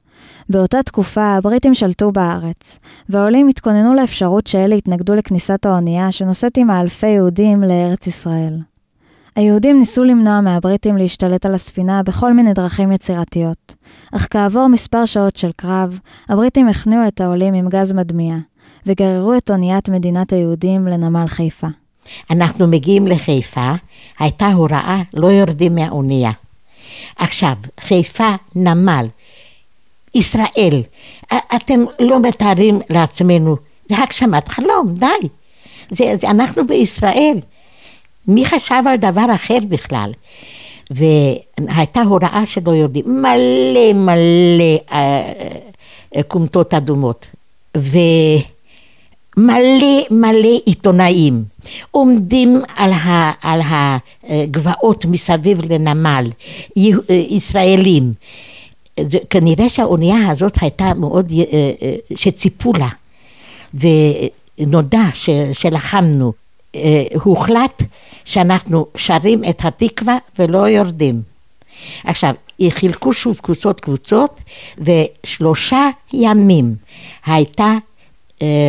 באותה תקופה הבריטים שלטו בארץ, והעולים התכוננו לאפשרות שאלה התנגדו לכניסת האונייה שנושאת עם אלפי יהודים לארץ ישראל. היהודים ניסו למנוע מהבריטים להשתלט על הספינה בכל מיני דרכים יצירתיות, אך כעבור מספר שעות של קרב, הבריטים הכניעו את העולים עם גז מדמיע, וגררו את אוניית מדינת היהודים לנמל חיפה. אנחנו מגיעים לחיפה, הייתה הוראה, לא יורדים מהאונייה. עכשיו, חיפה, נמל, ישראל, אתם לא מתארים לעצמנו, זה הגשמת חלום, די. זה, זה, אנחנו בישראל. מי חשב על דבר אחר בכלל? והייתה הוראה שלא יורדים, מלא מלא אה, קומטות אדומות, ומלא מלא עיתונאים, עומדים על, ה, על הגבעות מסביב לנמל, ישראלים. זה, כנראה שהאונייה הזאת הייתה מאוד, שציפו לה, ונודע ש, שלחמנו. הוחלט שאנחנו שרים את התקווה ולא יורדים. עכשיו, חילקו שוב קבוצות קבוצות, ושלושה ימים הייתה אה,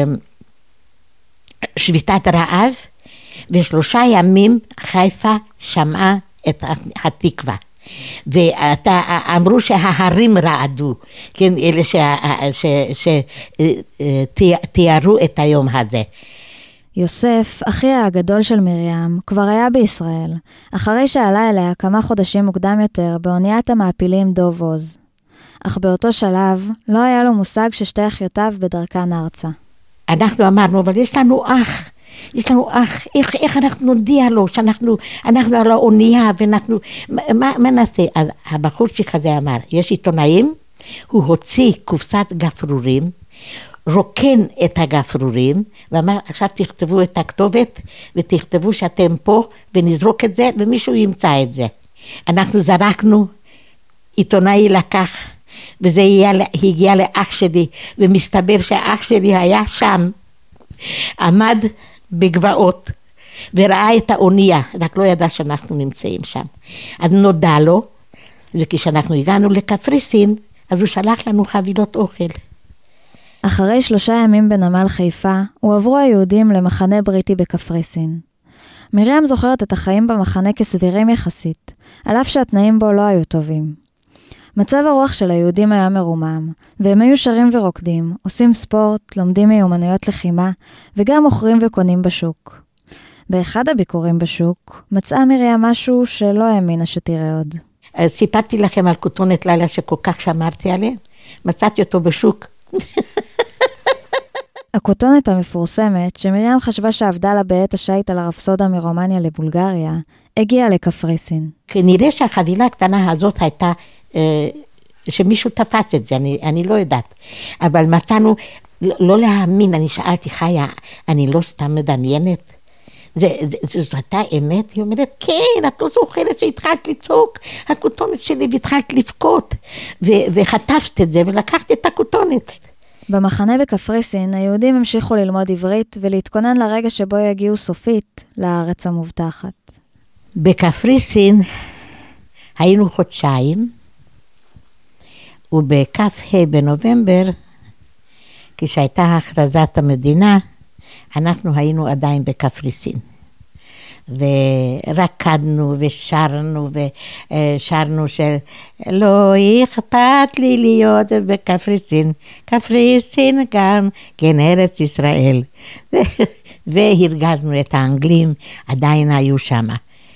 שביתת רעב, ושלושה ימים חיפה שמעה את התקווה. ואמרו שההרים רעדו, כן, אלה שתיארו את היום הזה. יוסף, אחיה הגדול של מרים, כבר היה בישראל, אחרי שעלה אליה כמה חודשים מוקדם יותר באוניית המעפילים דוב עוז. אך באותו שלב לא היה לו מושג ששתי אחיותיו בדרכן ארצה. אנחנו אמרנו, אבל יש לנו אח, יש לנו אח, איך, איך אנחנו נודיע לו שאנחנו אנחנו על האונייה, ואנחנו, מה, מה נעשה? אז הבחורצ'יק הזה אמר, יש עיתונאים, הוא הוציא קופסת גפרורים, רוקן את הגפרורים, ואמר, עכשיו תכתבו את הכתובת, ותכתבו שאתם פה, ונזרוק את זה, ומישהו ימצא את זה. אנחנו זרקנו, עיתונאי לקח, וזה הגיע, הגיע לאח שלי, ומסתבר שהאח שלי היה שם, עמד בגבעות, וראה את האונייה, רק לא ידע שאנחנו נמצאים שם. אז נודע לו, וכשאנחנו הגענו לקפריסין, אז הוא שלח לנו חבילות אוכל. אחרי שלושה ימים בנמל חיפה, הועברו היהודים למחנה בריטי בקפריסין. מרים זוכרת את החיים במחנה כסבירים יחסית, על אף שהתנאים בו לא היו טובים. מצב הרוח של היהודים היה מרומם, והם היו שרים ורוקדים, עושים ספורט, לומדים מיומנויות לחימה, וגם מוכרים וקונים בשוק. באחד הביקורים בשוק, מצאה מרים משהו שלא האמינה שתראה עוד. סיפרתי לכם על כותונת לילה שכל כך שמרתי עליה, מצאתי אותו בשוק. הכותונת המפורסמת, שמרים חשבה שעבדה לה בעת השייט על הרפסודה מרומניה לבולגריה, הגיעה לקפריסין. כנראה שהחבילה הקטנה הזאת הייתה, אה, שמישהו תפס את זה, אני, אני לא יודעת. אבל מצאנו, לא, לא להאמין, אני שאלתי, חיה, אני לא סתם מדמיינת? זה, זה, זה, זאת הייתה אמת? היא אומרת, כן, את לא זוכרת שהתחלת לצעוק, הכותונת שלי, והתחלת לבכות, ו, וחטפת את זה, ולקחת את הכותונת. במחנה בקפריסין, היהודים המשיכו ללמוד עברית, ולהתכונן לרגע שבו יגיעו סופית לארץ המובטחת. בקפריסין היינו חודשיים, ובכף ה' בנובמבר, כשהייתה הכרזת המדינה, אנחנו היינו עדיין בקפריסין. ורקדנו ושרנו ושרנו של לא אכפת לי להיות בקפריסין, קפריסין גם כן ארץ ישראל. והרגזנו את האנגלים, עדיין היו שם.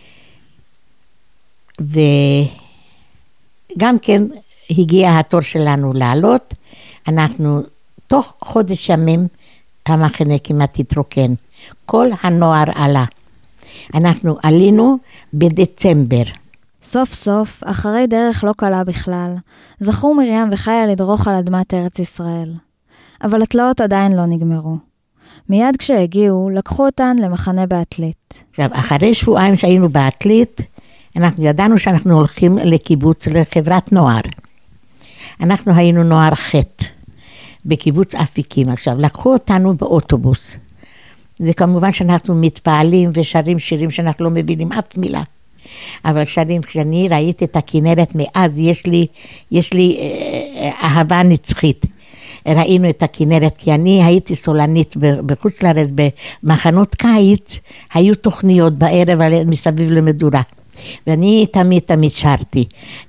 וגם כן הגיע התור שלנו לעלות, אנחנו תוך חודש ימים המחנה כמעט התרוקן, כל הנוער עלה. אנחנו עלינו בדצמבר. סוף סוף, אחרי דרך לא קלה בכלל, זכו מרים וחיה לדרוך על אדמת ארץ ישראל. אבל התלאות עדיין לא נגמרו. מיד כשהגיעו, לקחו אותן למחנה בעתלית. עכשיו, אחרי שבועיים שהיינו בעתלית, אנחנו ידענו שאנחנו הולכים לקיבוץ, לחברת נוער. אנחנו היינו נוער חטא, בקיבוץ אפיקים. עכשיו, לקחו אותנו באוטובוס. זה כמובן שאנחנו מתפעלים ושרים שירים שאנחנו לא מבינים אף מילה. אבל שרים, כשאני ראיתי את הכנרת מאז, יש לי, יש לי אה, אהבה נצחית. ראינו את הכנרת, כי אני הייתי סולנית בחוץ לארץ, במחנות קיץ, היו תוכניות בערב מסביב למדורה, ואני תמיד תמיד שרתי,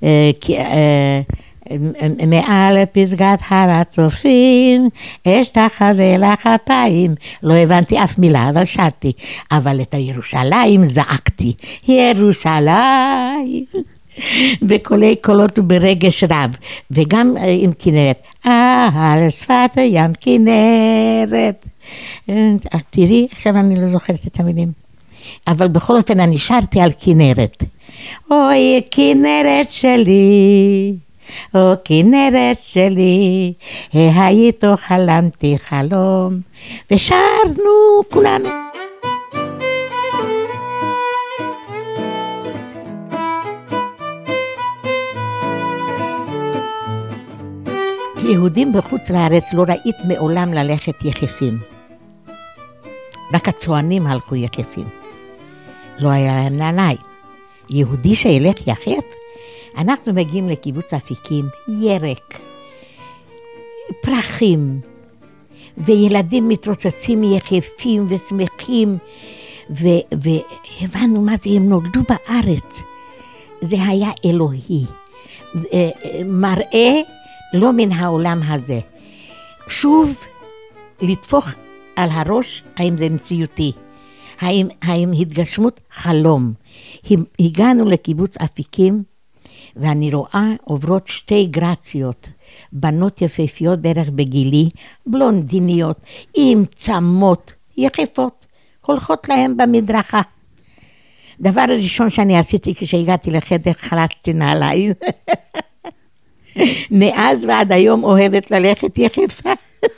מעל פסגת הר הצופים, אשתחווה לך אפיים, לא הבנתי אף מילה, אבל שרתי, אבל את הירושלים זעקתי, ירושלים, בקולי קולות וברגש רב, וגם עם כנרת, על שפת הים כנרת, תראי, עכשיו אני לא זוכרת את המילים, אבל בכל אופן אני שרתי על כנרת, אוי כנרת שלי, או כנרת שלי, הייתו חלמתי חלום, ושרנו כולנו. יהודים בחוץ לארץ לא ראית מעולם ללכת יחפים. רק הצוענים הלכו יחפים. לא היה להם נעליים. יהודי שילך יחף? אנחנו מגיעים לקיבוץ אפיקים, ירק, פרחים, וילדים מתרוצצים יחפים ושמחים, ו- והבנו מה זה, הם נולדו בארץ. זה היה אלוהי. מראה לא מן העולם הזה. שוב, לטפוח על הראש, האם זה מציאותי? האם, האם התגשמות חלום? הגענו לקיבוץ אפיקים, ואני רואה עוברות שתי גרציות, בנות יפהפיות בערך בגילי, בלונדיניות, עם צמות, יחפות, הולכות להם במדרכה. דבר הראשון שאני עשיתי כשהגעתי לחדר, חלצתי נעליים. מאז ועד היום אוהבת ללכת יחפה.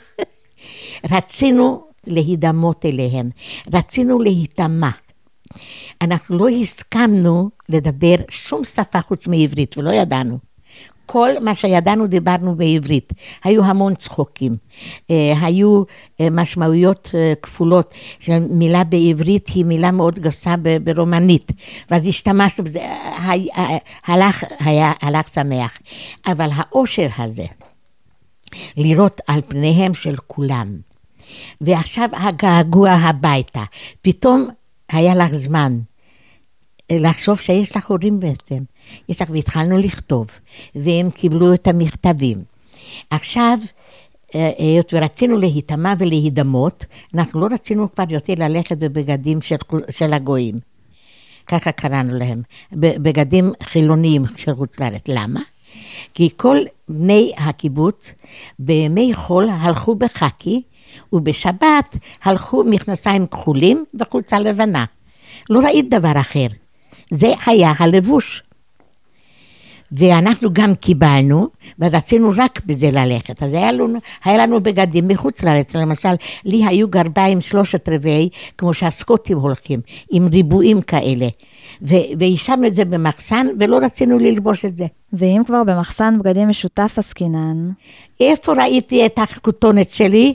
רצינו להידמות אליהם, רצינו להיטמע. אנחנו לא הסכמנו לדבר שום שפה חוץ מעברית, ולא ידענו. כל מה שידענו דיברנו בעברית. היו המון צחוקים, היו משמעויות כפולות, מילה בעברית היא מילה מאוד גסה ברומנית, ואז השתמשנו בזה, הלך, היה, הלך שמח. אבל האושר הזה, לראות על פניהם של כולם, ועכשיו הגעגוע הביתה, פתאום היה לך זמן, לחשוב שיש לך הורים בעצם, יש לך, והתחלנו לכתוב, והם קיבלו את המכתבים. עכשיו, ורצינו להיטמע ולהידמות, אנחנו לא רצינו כבר יותר ללכת בבגדים של, של הגויים, ככה קראנו להם, בבגדים חילוניים של חוץ לארץ. למה? כי כל בני הקיבוץ, בימי חול הלכו בחקי, ובשבת הלכו מכנסיים כחולים וחולצה לבנה. לא ראית דבר אחר. זה היה הלבוש. ואנחנו גם קיבלנו, ורצינו רק בזה ללכת. אז היה לנו, היה לנו בגדים מחוץ לארץ. למשל, לי היו גרביים שלושת רבעי, כמו שהסקוטים הולכים, עם ריבועים כאלה. והשארנו את זה במחסן, ולא רצינו ללבוש את זה. ואם כבר במחסן בגדים משותף עסקינן? איפה ראיתי את הכותונת שלי?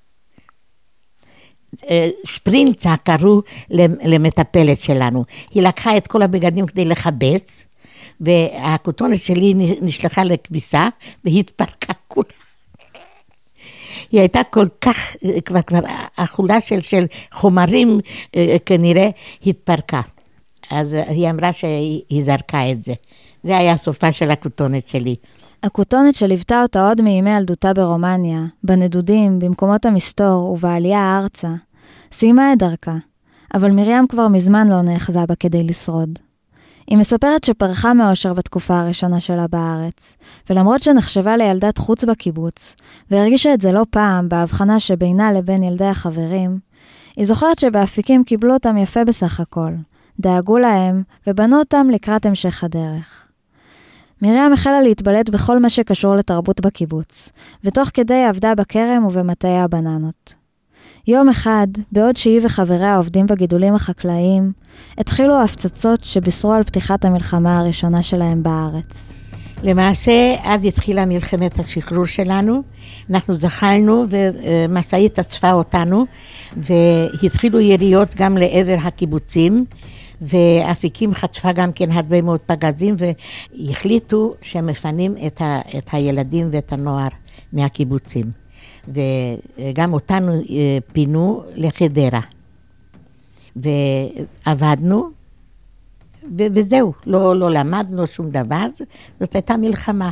שפרינצה קראו למטפלת שלנו. היא לקחה את כל הבגדים כדי לחבץ, והכותונת שלי נשלחה לכביסה, והיא התפרקה כולה. היא הייתה כל כך, כבר, כבר החולה של, של חומרים כנראה התפרקה. אז היא אמרה שהיא זרקה את זה. זה היה הסופה של הכותונת שלי. הכותונת שליוותה אותה עוד מימי ילדותה ברומניה, בנדודים, במקומות המסתור ובעלייה ארצה. סיימה את דרכה, אבל מרים כבר מזמן לא נאחזה בה כדי לשרוד. היא מספרת שפרחה מאושר בתקופה הראשונה שלה בארץ, ולמרות שנחשבה לילדת חוץ בקיבוץ, והרגישה את זה לא פעם בהבחנה שבינה לבין ילדי החברים, היא זוכרת שבאפיקים קיבלו אותם יפה בסך הכל, דאגו להם ובנו אותם לקראת המשך הדרך. מרים החלה להתבלט בכל מה שקשור לתרבות בקיבוץ, ותוך כדי עבדה בכרם ובמטעי הבננות. יום אחד, בעוד שהיא וחבריה עובדים בגידולים החקלאיים, התחילו הפצצות שבישרו על פתיחת המלחמה הראשונה שלהם בארץ. למעשה, אז התחילה מלחמת השחרור שלנו, אנחנו זחלנו ומסעית אספה אותנו, והתחילו יריות גם לעבר הקיבוצים, ואפיקים חטפה גם כן הרבה מאוד פגזים, והחליטו שמפנים את, ה, את הילדים ואת הנוער מהקיבוצים. וגם אותנו פינו לחדרה. ועבדנו, ו- וזהו, לא, לא למדנו שום דבר, זאת הייתה מלחמה.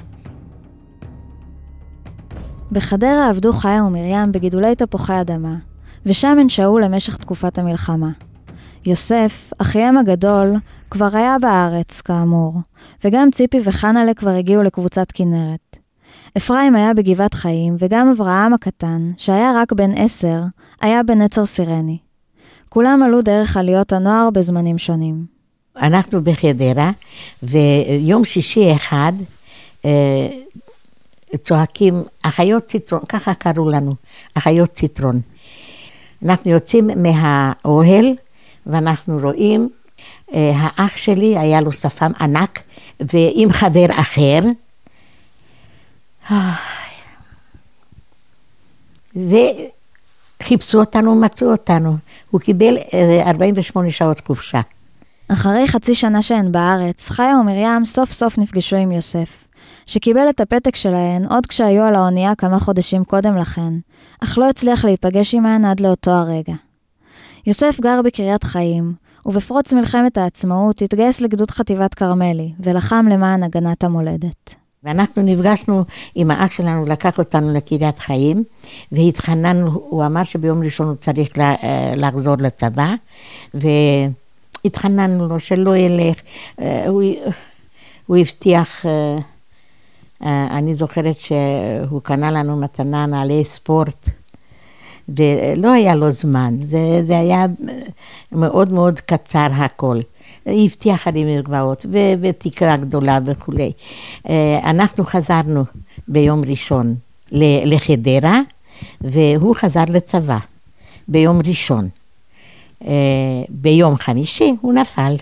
בחדרה עבדו חיה ומרים בגידולי תפוחי אדמה, ושם הן שהו למשך תקופת המלחמה. יוסף, אחיהם הגדול, כבר היה בארץ, כאמור, וגם ציפי וחנלה כבר הגיעו לקבוצת כנרת. אפרים היה בגבעת חיים, וגם אברהם הקטן, שהיה רק בן עשר, היה בנצר סירני. כולם עלו דרך עליות הנוער בזמנים שונים. אנחנו בחדרה, ויום שישי אחד, אה, צועקים, אחיות ציטרון, ככה קראו לנו, אחיות ציטרון. אנחנו יוצאים מהאוהל, ואנחנו רואים, אה, האח שלי היה לו שפם ענק, ועם חבר אחר, וחיפשו אותנו, מצאו אותנו. הוא קיבל ארבעים ושמונה שעות חופשה. אחרי חצי שנה שהן בארץ, חיה ומרים סוף סוף נפגשו עם יוסף, שקיבל את הפתק שלהן עוד כשהיו על האונייה כמה חודשים קודם לכן, אך לא הצליח להיפגש עימן עד לאותו הרגע. יוסף גר בקריית חיים, ובפרוץ מלחמת העצמאות התגייס לגדוד חטיבת קרמלי, ולחם למען הגנת המולדת. ואנחנו נפגשנו עם האח שלנו, לקח אותנו לקריית חיים, והתחננו, הוא אמר שביום ראשון הוא צריך לחזור לצבא, והתחננו לו שלא ילך, הוא, הוא הבטיח, אני זוכרת שהוא קנה לנו מתנה נעלי ספורט, ולא היה לו זמן, זה, זה היה מאוד מאוד קצר הכל. הבטיח עלי מגבעות ותקרה גדולה וכו'. אנחנו חזרנו ביום ראשון לחדרה, והוא חזר לצבא ביום ראשון. ביום חמישי הוא נפל.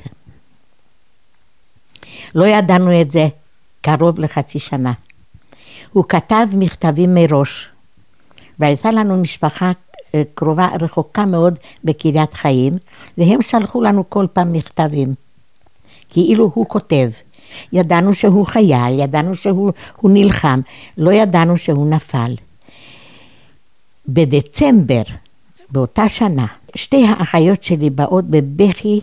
לא ידענו את זה קרוב לחצי שנה. הוא כתב מכתבים מראש, והייתה לנו משפחה קרובה רחוקה מאוד בקריית חיים, והם שלחו לנו כל פעם מכתבים, כאילו הוא כותב. ידענו שהוא חייל, ידענו שהוא נלחם, לא ידענו שהוא נפל. בדצמבר, באותה שנה, שתי האחיות שלי באות בבכי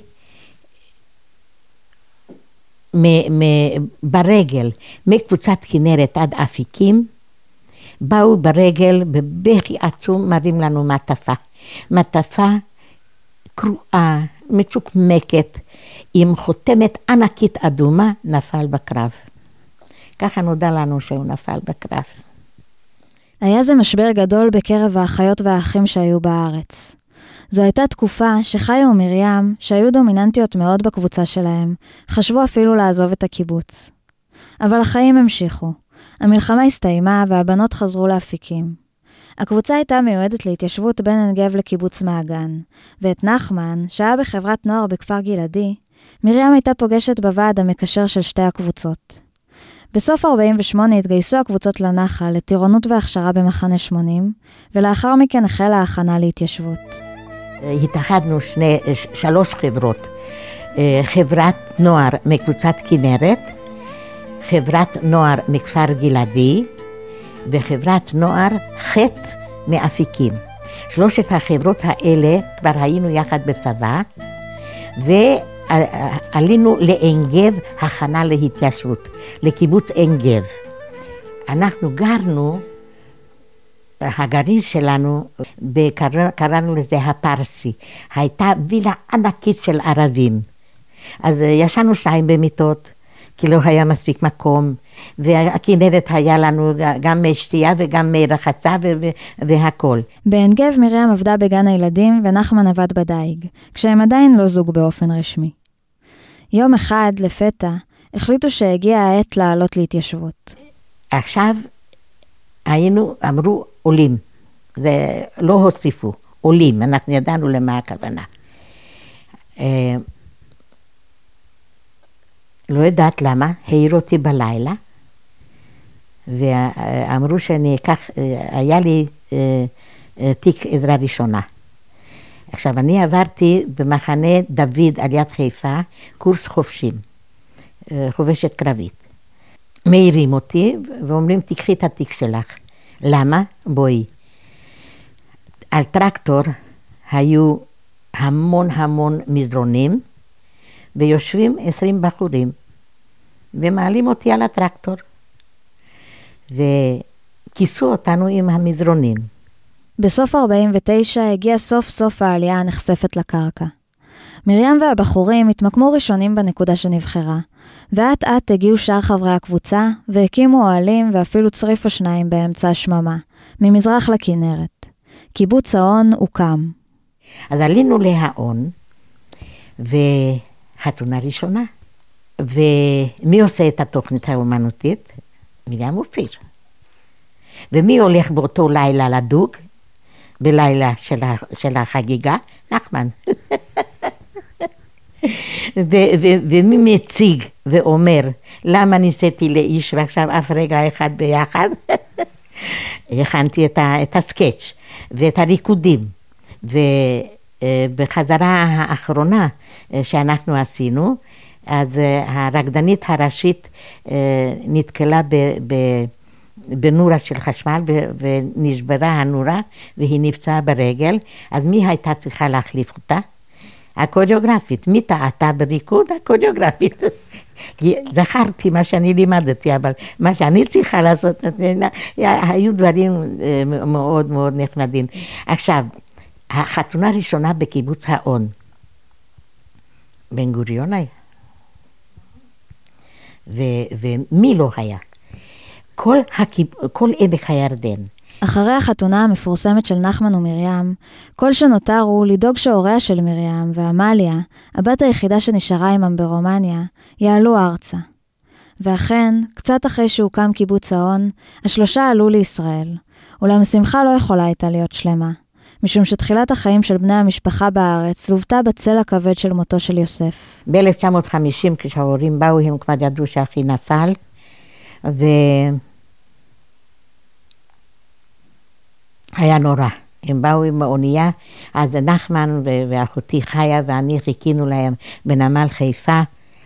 מ- מ- ברגל, מקבוצת כנרת עד אפיקים, באו ברגל בבכי עצום, מראים לנו מטפה. מטפה קרועה, מצ'וקמקת, עם חותמת ענקית אדומה, נפל בקרב. ככה נודע לנו שהוא נפל בקרב. היה זה משבר גדול בקרב האחיות והאחים שהיו בארץ. זו הייתה תקופה שחיה ומרים, שהיו דומיננטיות מאוד בקבוצה שלהם, חשבו אפילו לעזוב את הקיבוץ. אבל החיים המשיכו. המלחמה הסתיימה והבנות חזרו לאפיקים. הקבוצה הייתה מיועדת להתיישבות בין עין גב לקיבוץ מעגן, ואת נחמן, שהיה בחברת נוער בכפר גלעדי, מרים הייתה פוגשת בוועד המקשר של שתי הקבוצות. בסוף ארבעים ושמונה התגייסו הקבוצות לנחל לטירונות והכשרה במחנה שמונים, ולאחר מכן החלה ההכנה להתיישבות. התאחדנו שני, שלוש חברות, חברת נוער מקבוצת כנרת, חברת נוער מכפר גלעדי, וחברת נוער חטא מאפיקים. שלושת החברות האלה כבר היינו יחד בצבא, ועלינו לעין גב הכנה להתיישבות, לקיבוץ עין גב. אנחנו גרנו, הגרעין שלנו, קראנו לזה הפרסי, הייתה וילה ענקית של ערבים. אז ישנו שתיים במיטות, כי לא היה מספיק מקום, והכנרת היה לנו גם מי שתייה וגם מי רחצה והכל. בעין גב מרים עבדה בגן הילדים ונחמן עבד בדייג, כשהם עדיין לא זוג באופן רשמי. יום אחד, לפתע, החליטו שהגיעה העת לעלות להתיישבות. עכשיו היינו, אמרו עולים, זה לא הוסיפו, עולים, אנחנו ידענו למה הכוונה. לא יודעת למה, העיר אותי בלילה, ואמרו שאני אקח, היה לי תיק עזרה ראשונה, עכשיו, אני עברתי במחנה דוד על יד חיפה, קורס חובשים, חובשת קרבית. מעירים אותי ואומרים, תקחי את התיק שלך. למה? בואי. על טרקטור היו המון המון מזרונים, ויושבים עשרים בחורים, ומעלים אותי על הטרקטור, וכיסו אותנו עם המזרונים. בסוף ארבעים ותשע הגיע סוף סוף העלייה הנחשפת לקרקע. מרים והבחורים התמקמו ראשונים בנקודה שנבחרה, ואת עת הגיעו שאר חברי הקבוצה, והקימו אוהלים ואפילו צריף או שניים באמצע השממה, ממזרח לכנרת. קיבוץ האון הוקם. אז עלינו להאון, וחתונה ראשונה. ומי עושה את התוכנית האומנותית? מרים אופיר. ומי הולך באותו לילה לדוג? בלילה של, ה, של החגיגה? נחמן. ו- ו- ומי מציג ואומר, למה ניסיתי לאיש ועכשיו אף רגע אחד ביחד? הכנתי את, ה- את הסקץ' ואת הריקודים. ובחזרה האחרונה שאנחנו עשינו, אז הרקדנית הראשית נתקלה ב... ב- בנורה של חשמל, ונשברה הנורה, והיא נפצעה ברגל, אז מי הייתה צריכה להחליף אותה? הקוריאוגרפית. מי טעתה בריקוד? הקוריאוגרפית. זכרתי מה שאני לימדתי, אבל מה שאני צריכה לעשות, היו דברים מאוד מאוד נחמדים. עכשיו, החתונה הראשונה בקיבוץ האון, בן גוריון היה. ומי לא היה? כל, הקיב... כל עמק הירדן. אחרי החתונה המפורסמת של נחמן ומרים, כל שנותר הוא לדאוג שההוריה של מרים ועמליה, הבת היחידה שנשארה עמם ברומניה, יעלו ארצה. ואכן, קצת אחרי שהוקם קיבוץ האון, השלושה עלו לישראל, אולם שמחה לא יכולה הייתה להיות שלמה, משום שתחילת החיים של בני המשפחה בארץ לוותה בצל הכבד של מותו של יוסף. ב-אלף תשע מאות וחמישים כשההורים באו, הם כבר ידעו שאחי נפל, ו... היה נורא. הם באו עם האונייה, אז נחמן ואחותי חיה ואני חיכינו להם בנמל חיפה,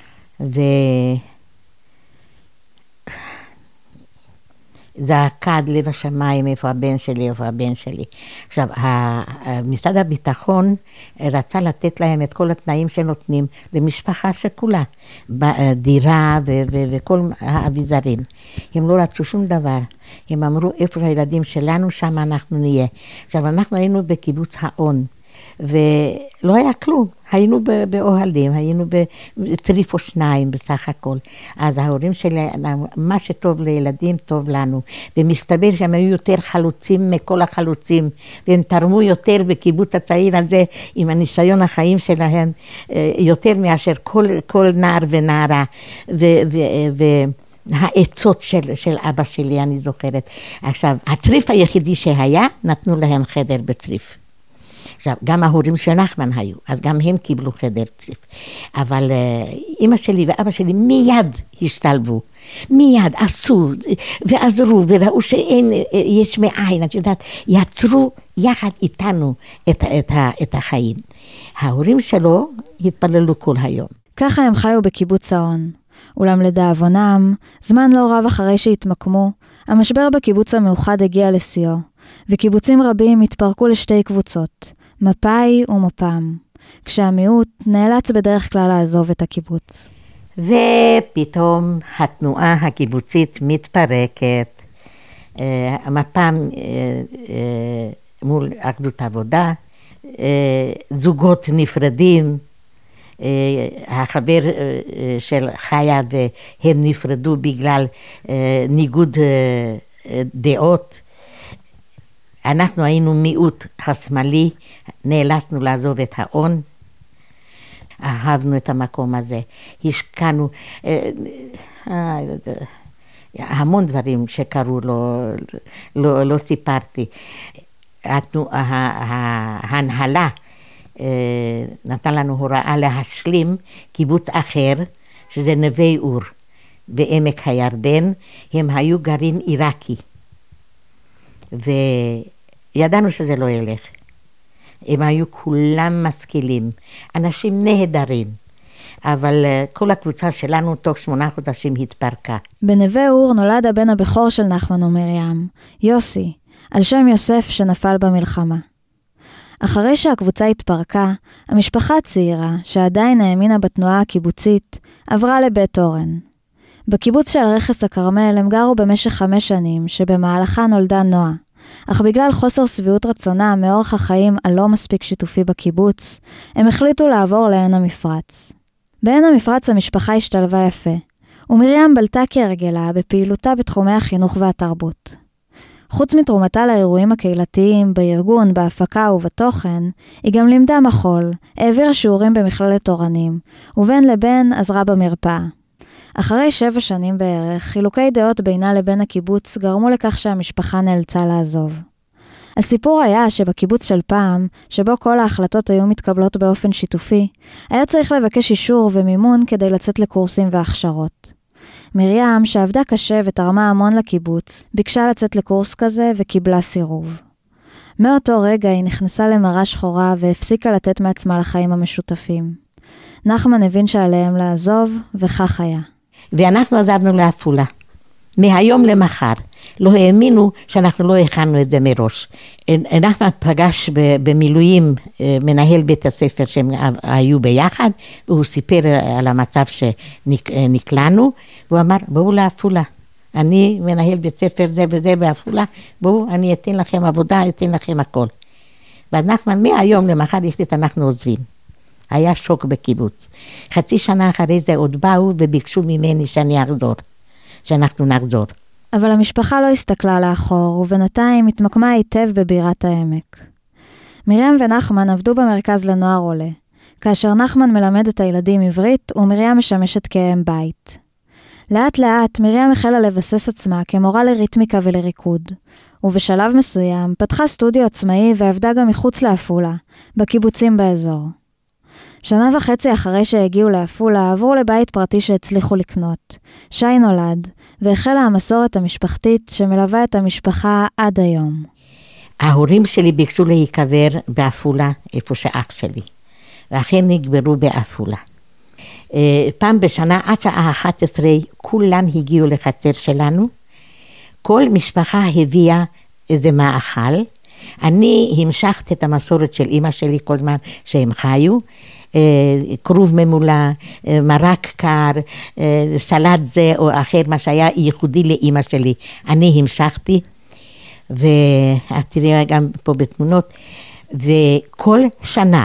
וזעקה עד לב השמיים, איפה הבן שלי, איפה הבן שלי. עכשיו, משרד הביטחון רצה לתת להם את כל התנאים שנותנים למשפחה שכולה, דירה ו- ו- וכל האביזרים. הם לא רצו שום דבר. הם אמרו, איפה הילדים שלנו, שם אנחנו נהיה. עכשיו, אנחנו היינו בקיבוץ האון, ולא היה כלום. היינו באוהלים, היינו בצריף או שניים בסך הכל. אז ההורים שלנו, מה שטוב לילדים, טוב לנו. ומסתבר שהם היו יותר חלוצים מכל החלוצים, והם תרמו יותר בקיבוץ הצעיר הזה, עם הניסיון החיים שלהם, יותר מאשר כל, כל נער ונערה. ו... ו, ו העצות של, של אבא שלי, אני זוכרת. עכשיו, הצריף היחידי שהיה, נתנו להם חדר בצריף. עכשיו, גם ההורים של נחמן היו, אז גם הם קיבלו חדר צריף. אבל אמא שלי ואבא שלי מיד השתלבו, מיד עשו ועזרו וראו שאין, יש מאין, את יודעת, יצרו יחד איתנו את, את, את החיים. ההורים שלו התפללו כל היום. ככה הם חיו בקיבוץ האון. אולם לדאבונם, זמן לא רב אחרי שהתמקמו, המשבר בקיבוץ המאוחד הגיע לשיאו, וקיבוצים רבים התפרקו לשתי קבוצות, מפאי ומפ"ם, כשהמיעוט נאלץ בדרך כלל לעזוב את הקיבוץ. ופתאום התנועה הקיבוצית מתפרקת, מפ"ם מול אחדות העבודה, זוגות נפרדים, החבר של חיה והם נפרדו בגלל ניגוד דעות. אנחנו היינו מיעוט השמאלי, נאלצנו לעזוב את האון, אהבנו את המקום הזה, השקענו המון דברים שקרו, לא, לא, לא סיפרתי. ההנהלה נתן לנו הוראה להשלים קיבוץ אחר, שזה נווה אור, בעמק הירדן. הם היו גרעין עיראקי, וידענו שזה לא ילך. הם היו כולם משכילים, אנשים נהדרים. אבל כל הקבוצה שלנו תוך שמונה חודשים התפרקה. בנווה אור נולד הבן הבכור של נחמן ומרים, יוסי, על שם יוסף שנפל במלחמה. אחרי שהקבוצה התפרקה, המשפחה הצעירה, שעדיין האמינה בתנועה הקיבוצית, עברה לבית אורן. בקיבוץ של רכס הכרמל הם גרו במשך חמש שנים, שבמהלכה נולדה נועה. אך בגלל חוסר סביעות רצונה מאורח החיים הלא מספיק שיתופי בקיבוץ, הם החליטו לעבור לעין המפרץ. בעין המפרץ המשפחה השתלבה יפה, ומרים בלטה כהרגלה בפעילותה בתחומי החינוך והתרבות. חוץ מתרומתה לאירועים הקהילתיים, בארגון, בהפקה ובתוכן, היא גם לימדה מחול, העבירה שיעורים במכללת תורנים, ובין לבין עזרה במרפאה. אחרי שבע שנים בערך, חילוקי דעות בינה לבין הקיבוץ גרמו לכך שהמשפחה נאלצה לעזוב. הסיפור היה שבקיבוץ של פעם, שבו כל ההחלטות היו מתקבלות באופן שיתופי, היה צריך לבקש אישור ומימון כדי לצאת לקורסים והכשרות. מרים, שעבדה קשה ותרמה המון לקיבוץ, ביקשה לצאת לקורס כזה וקיבלה סירוב. מאותו רגע היא נכנסה למראה שחורה והפסיקה לתת מעצמה לחיים המשותפים. נחמן הבין שעליהם לעזוב, וכך היה. ואנחנו עזבנו לעפולה. מהיום למחר. לא האמינו שאנחנו לא הכנו את זה מראש. נחמן פגש במילואים מנהל בית הספר שהם היו ביחד, והוא סיפר על המצב שנקלענו, והוא אמר, בואו לעפולה. אני מנהל בית ספר זה וזה בעפולה, בואו אני אתן לכם עבודה, אתן לכם הכל. ונחמן מהיום למחר החליט, אנחנו עוזבים. היה שוק בקיבוץ. חצי שנה אחרי זה עוד באו וביקשו ממני שאני אחזור, שאנחנו נחזור. אבל המשפחה לא הסתכלה לאחור, ובינתיים התמקמה היטב בבירת העמק. מרים ונחמן עבדו במרכז לנוער עולה, כאשר נחמן מלמד את הילדים עברית, ומרים משמשת כאם בית. לאט לאט מרים החלה לבסס עצמה כמורה לריתמיקה ולריקוד, ובשלב מסוים פתחה סטודיו עצמאי ועבדה גם מחוץ לעפולה, בקיבוצים באזור. שנה וחצי אחרי שהגיעו לעפולה, עברו לבית פרטי שהצליחו לקנות. שי נולד, והחלה המסורת המשפחתית שמלווה את המשפחה עד היום. ההורים שלי ביקשו להיקבר בעפולה, איפה שאח שלי, ואכן נקברו בעפולה. פעם בשנה, עד שעה אחת עשרה, כולם הגיעו לחצר שלנו. כל משפחה הביאה איזה מאכל. אני המשכת את המסורת של אמא שלי כל זמן שהם חיו. קרוב ממולה, מרק קר, סלט זה או אחר, מה שהיה ייחודי לאמא שלי. אני המשכתי, ואת תראי גם פה בתמונות, וכל שנה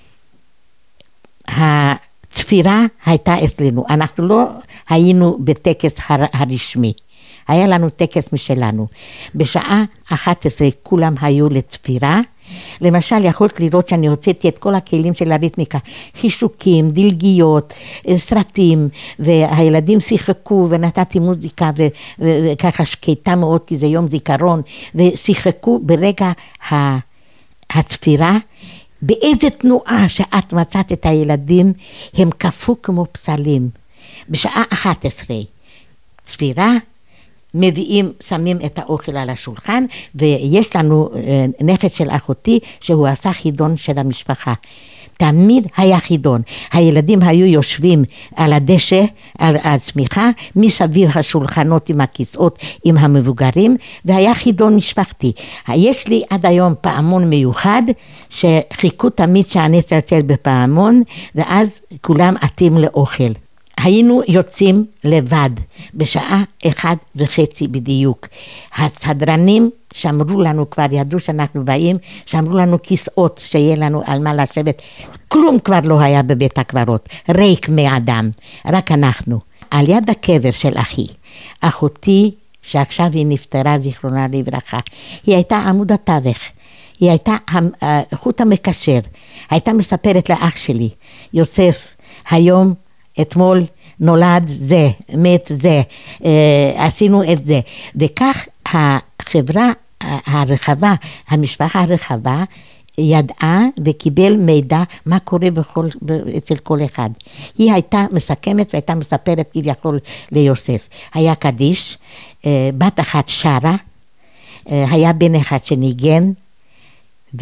הצפירה הייתה אצלנו. אנחנו לא היינו בטקס הרשמי. היה לנו טקס משלנו. בשעה אחת עשרה כולם היו לצפירה. למשל, יכולת לראות שאני הוצאתי את כל הכלים של הריתמיקה, חישוקים, דלגיות, סרטים, והילדים שיחקו ונתתי מוזיקה, וככה שקטה מאוד, כי זה יום זיכרון, ושיחקו ברגע הצפירה, באיזה תנועה שאת מצאת את הילדים, הם קפו כמו פסלים. בשעה אחת עשרה, צפירה, מביאים, שמים את האוכל על השולחן, ויש לנו נכד של אחותי, שהוא עשה חידון של המשפחה. תמיד היה חידון. הילדים היו יושבים על הדשא, על הצמיחה, מסביב השולחנות עם הכיסאות, עם המבוגרים, והיה חידון משפחתי. יש לי עד היום פעמון מיוחד, שחיכו תמיד שאני צלצל בפעמון, ואז כולם עטים לאוכל. היינו יוצאים לבד, בשעה אחד וחצי בדיוק. הסדרנים שמרו לנו, כבר ידעו שאנחנו באים, שמרו לנו כיסאות שיהיה לנו על מה לשבת. כלום כבר לא היה בבית הקברות, ריק מאדם, רק אנחנו. על יד הקבר של אחי, אחותי, שעכשיו היא נפטרה, זיכרונה לברכה, היא הייתה עמוד התווך. היא הייתה חוט המקשר, הייתה מספרת לאח שלי, יוסף, היום, אתמול נולד זה, מת זה, עשינו את זה. וכך החברה הרחבה, המשפחה הרחבה, ידעה וקיבל מידע מה קורה בכל, אצל כל אחד. היא הייתה מסכמת והייתה מספרת כביכול ליוסף. היה קדיש, בת אחת שרה, היה בן אחד שניגן, ו,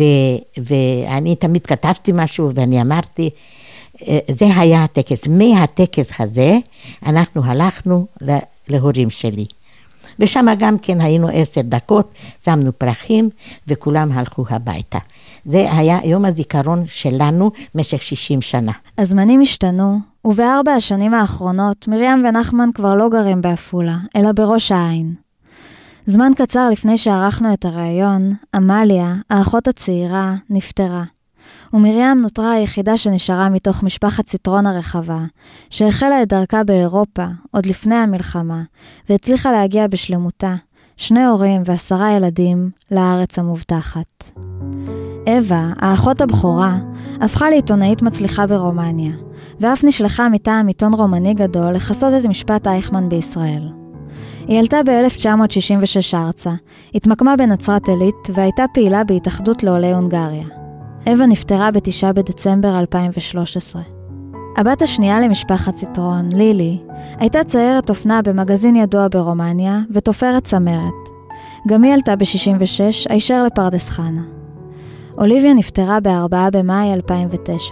ואני תמיד כתבתי משהו ואני אמרתי, זה היה הטקס. מהטקס הזה אנחנו הלכנו להורים שלי. ושם גם כן היינו עשר דקות, שמנו פרחים וכולם הלכו הביתה. זה היה יום הזיכרון שלנו במשך שישים שנה. הזמנים השתנו, ובארבע השנים האחרונות מרים ונחמן כבר לא גרים בעפולה, אלא בראש העין. זמן קצר לפני שערכנו את הראיון, אמליה, האחות הצעירה, נפטרה. ומרים נותרה היחידה שנשארה מתוך משפחת ציטרון הרחבה, שהחלה את דרכה באירופה עוד לפני המלחמה, והצליחה להגיע בשלמותה, שני הורים ועשרה ילדים, לארץ המובטחת. אווה, האחות הבכורה, הפכה לעיתונאית מצליחה ברומניה, ואף נשלחה מטעם עיתון רומני גדול לחסות את משפט אייכמן בישראל. היא עלתה ב-אלף תשע מאות שישים ושש ארצה, התמקמה בנצרת עילית והייתה פעילה בהתאחדות לעולי הונגריה. אווה נפטרה בתשעה בדצמבר אלפיים ושלוש עשרה. הבת השנייה למשפחת ציטרון, לילי, הייתה ציירת אופנה במגזין ידוע ברומניה ותופרת צמרת. גם היא עלתה ב-שישים ושש, הישר לפרדס חנה. אוליביה נפטרה ב-ארבעה במאי אלפיים ותשע.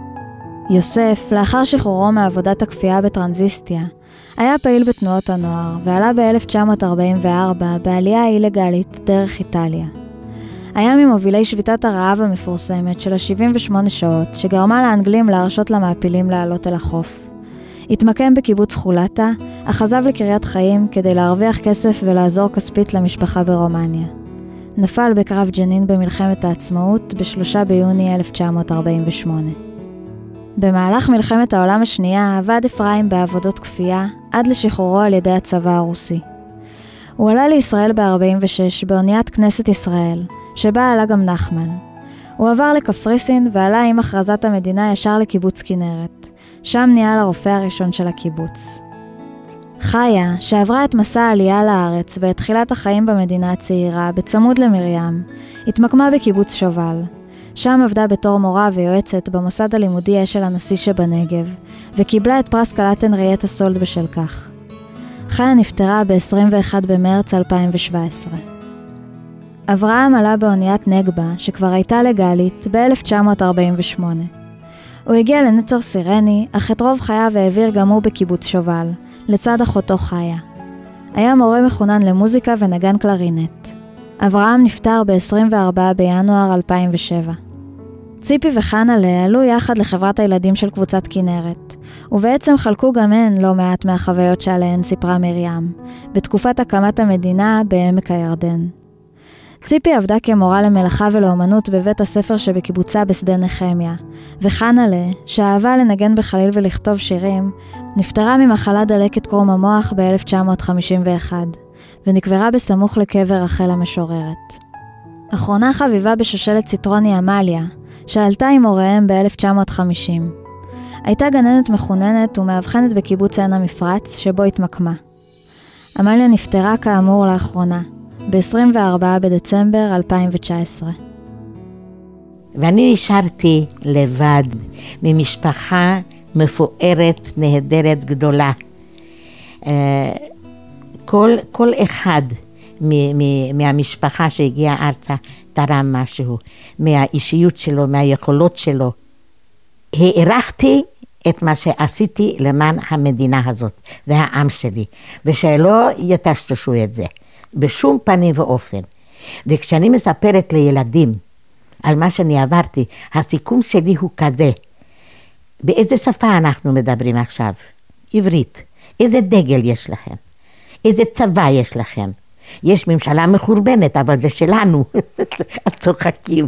יוסף, לאחר שחרורו מעבודת הכפייה בטרנזיסטיה, היה פעיל בתנועות הנוער ועלה ב-אלף תשע מאות ארבעים וארבע בעלייה האילגלית דרך איטליה. היה ממובילי שביתת הרעב המפורסמת של ה-שבעים ושמונה שעות, שגרמה לאנגלים להרשות למעפילים לעלות אל החוף. התמקם בקיבוץ חולטה, אך עזב לקריית חיים כדי להרוויח כסף ולעזור כספית למשפחה ברומניה. נפל בקרב ג'נין במלחמת העצמאות ב-שלושה ביוני אלף תשע מאות ארבעים ושמונה. במהלך מלחמת העולם השנייה עבד אפרים בעבודות כפייה עד לשחרורו על ידי הצבא הרוסי. הוא עלה לישראל ב-ארבעים ושש באוניית כנסת ישראל, שבה עלה גם נחמן. הוא עבר לקפריסין ועלה עם הכרזת המדינה ישר לקיבוץ כנרת. שם ניהל הרופא הראשון של הקיבוץ. חיה, שעברה את מסע העלייה לארץ ואת תחילת החיים במדינה הצעירה, בצמוד למרים, התמקמה בקיבוץ שובל. שם עבדה בתור מורה ויועצת במוסד הלימודי אשל הנשיא שבנגב, וקיבלה את פרס קלטן ראיית הסולד בשל כך. חיה נפטרה ב-עשרים ואחד במרץ אלפיים שבע עשרה. אברהם עלה באוניית נגבה, שכבר הייתה לגלית, ב-אלף תשע מאות ארבעים ושמונה. הוא הגיע לנצר סירני, אך את רוב חייו העביר גם הוא בקיבוץ שובל, לצד אחותו חיה. היה מורה מחונן למוזיקה ונגן קלרינט. אברהם נפטר ב-עשרים וארבעה בינואר אלפיים ושבע. ציפי וחנלה עלו יחד לחברת הילדים של קבוצת כנרת, ובעצם חלקו גם הן לא מעט מהחוויות שעליהן סיפרה מרים, בתקופת הקמת המדינה בעמק הירדן. ציפי עבדה כמורה למלאכה ולאומנות בבית הספר שבקיבוצה בשדה נחמיה, וחנלה, שאהבה לנגן בחליל ולכתוב שירים, נפטרה ממחלת דלקת קרום המוח ב-אלף תשע מאות חמישים ואחת, ונקברה בסמוך לקבר רחל המשוררת. אחרונה חביבה בשושלת ציטרוני אמליה, שעלתה עם הוריהם ב-אלף תשע מאות חמישים. הייתה גננת מחוננת ומאבחנת בקיבוץ עין המפרץ, שבו התמקמה. אמליה נפטרה כאמור לאחרונה, ב-עשרים וארבעה בדצמבר אלפיים תשע עשרה. ואני נשארתי לבד ממשפחה מפוארת, נהדרת, גדולה. כל, כל אחד מ- מ- מהמשפחה שהגיעה ארצה תרם משהו, מהאישיות שלו, מהיכולות שלו. הערכתי את מה שעשיתי למען המדינה הזאת והעם שלי, ושלא יטשטשו את זה, בשום פנים ואופן. וכשאני מספרת לילדים על מה שאני עברתי, הסיכום שלי הוא כזה, באיזה שפה אנחנו מדברים עכשיו? עברית. איזה דגל יש לכם? איזה צבא יש לכם? יש ממשלה מחורבנת, אבל זה שלנו. הצוחקים.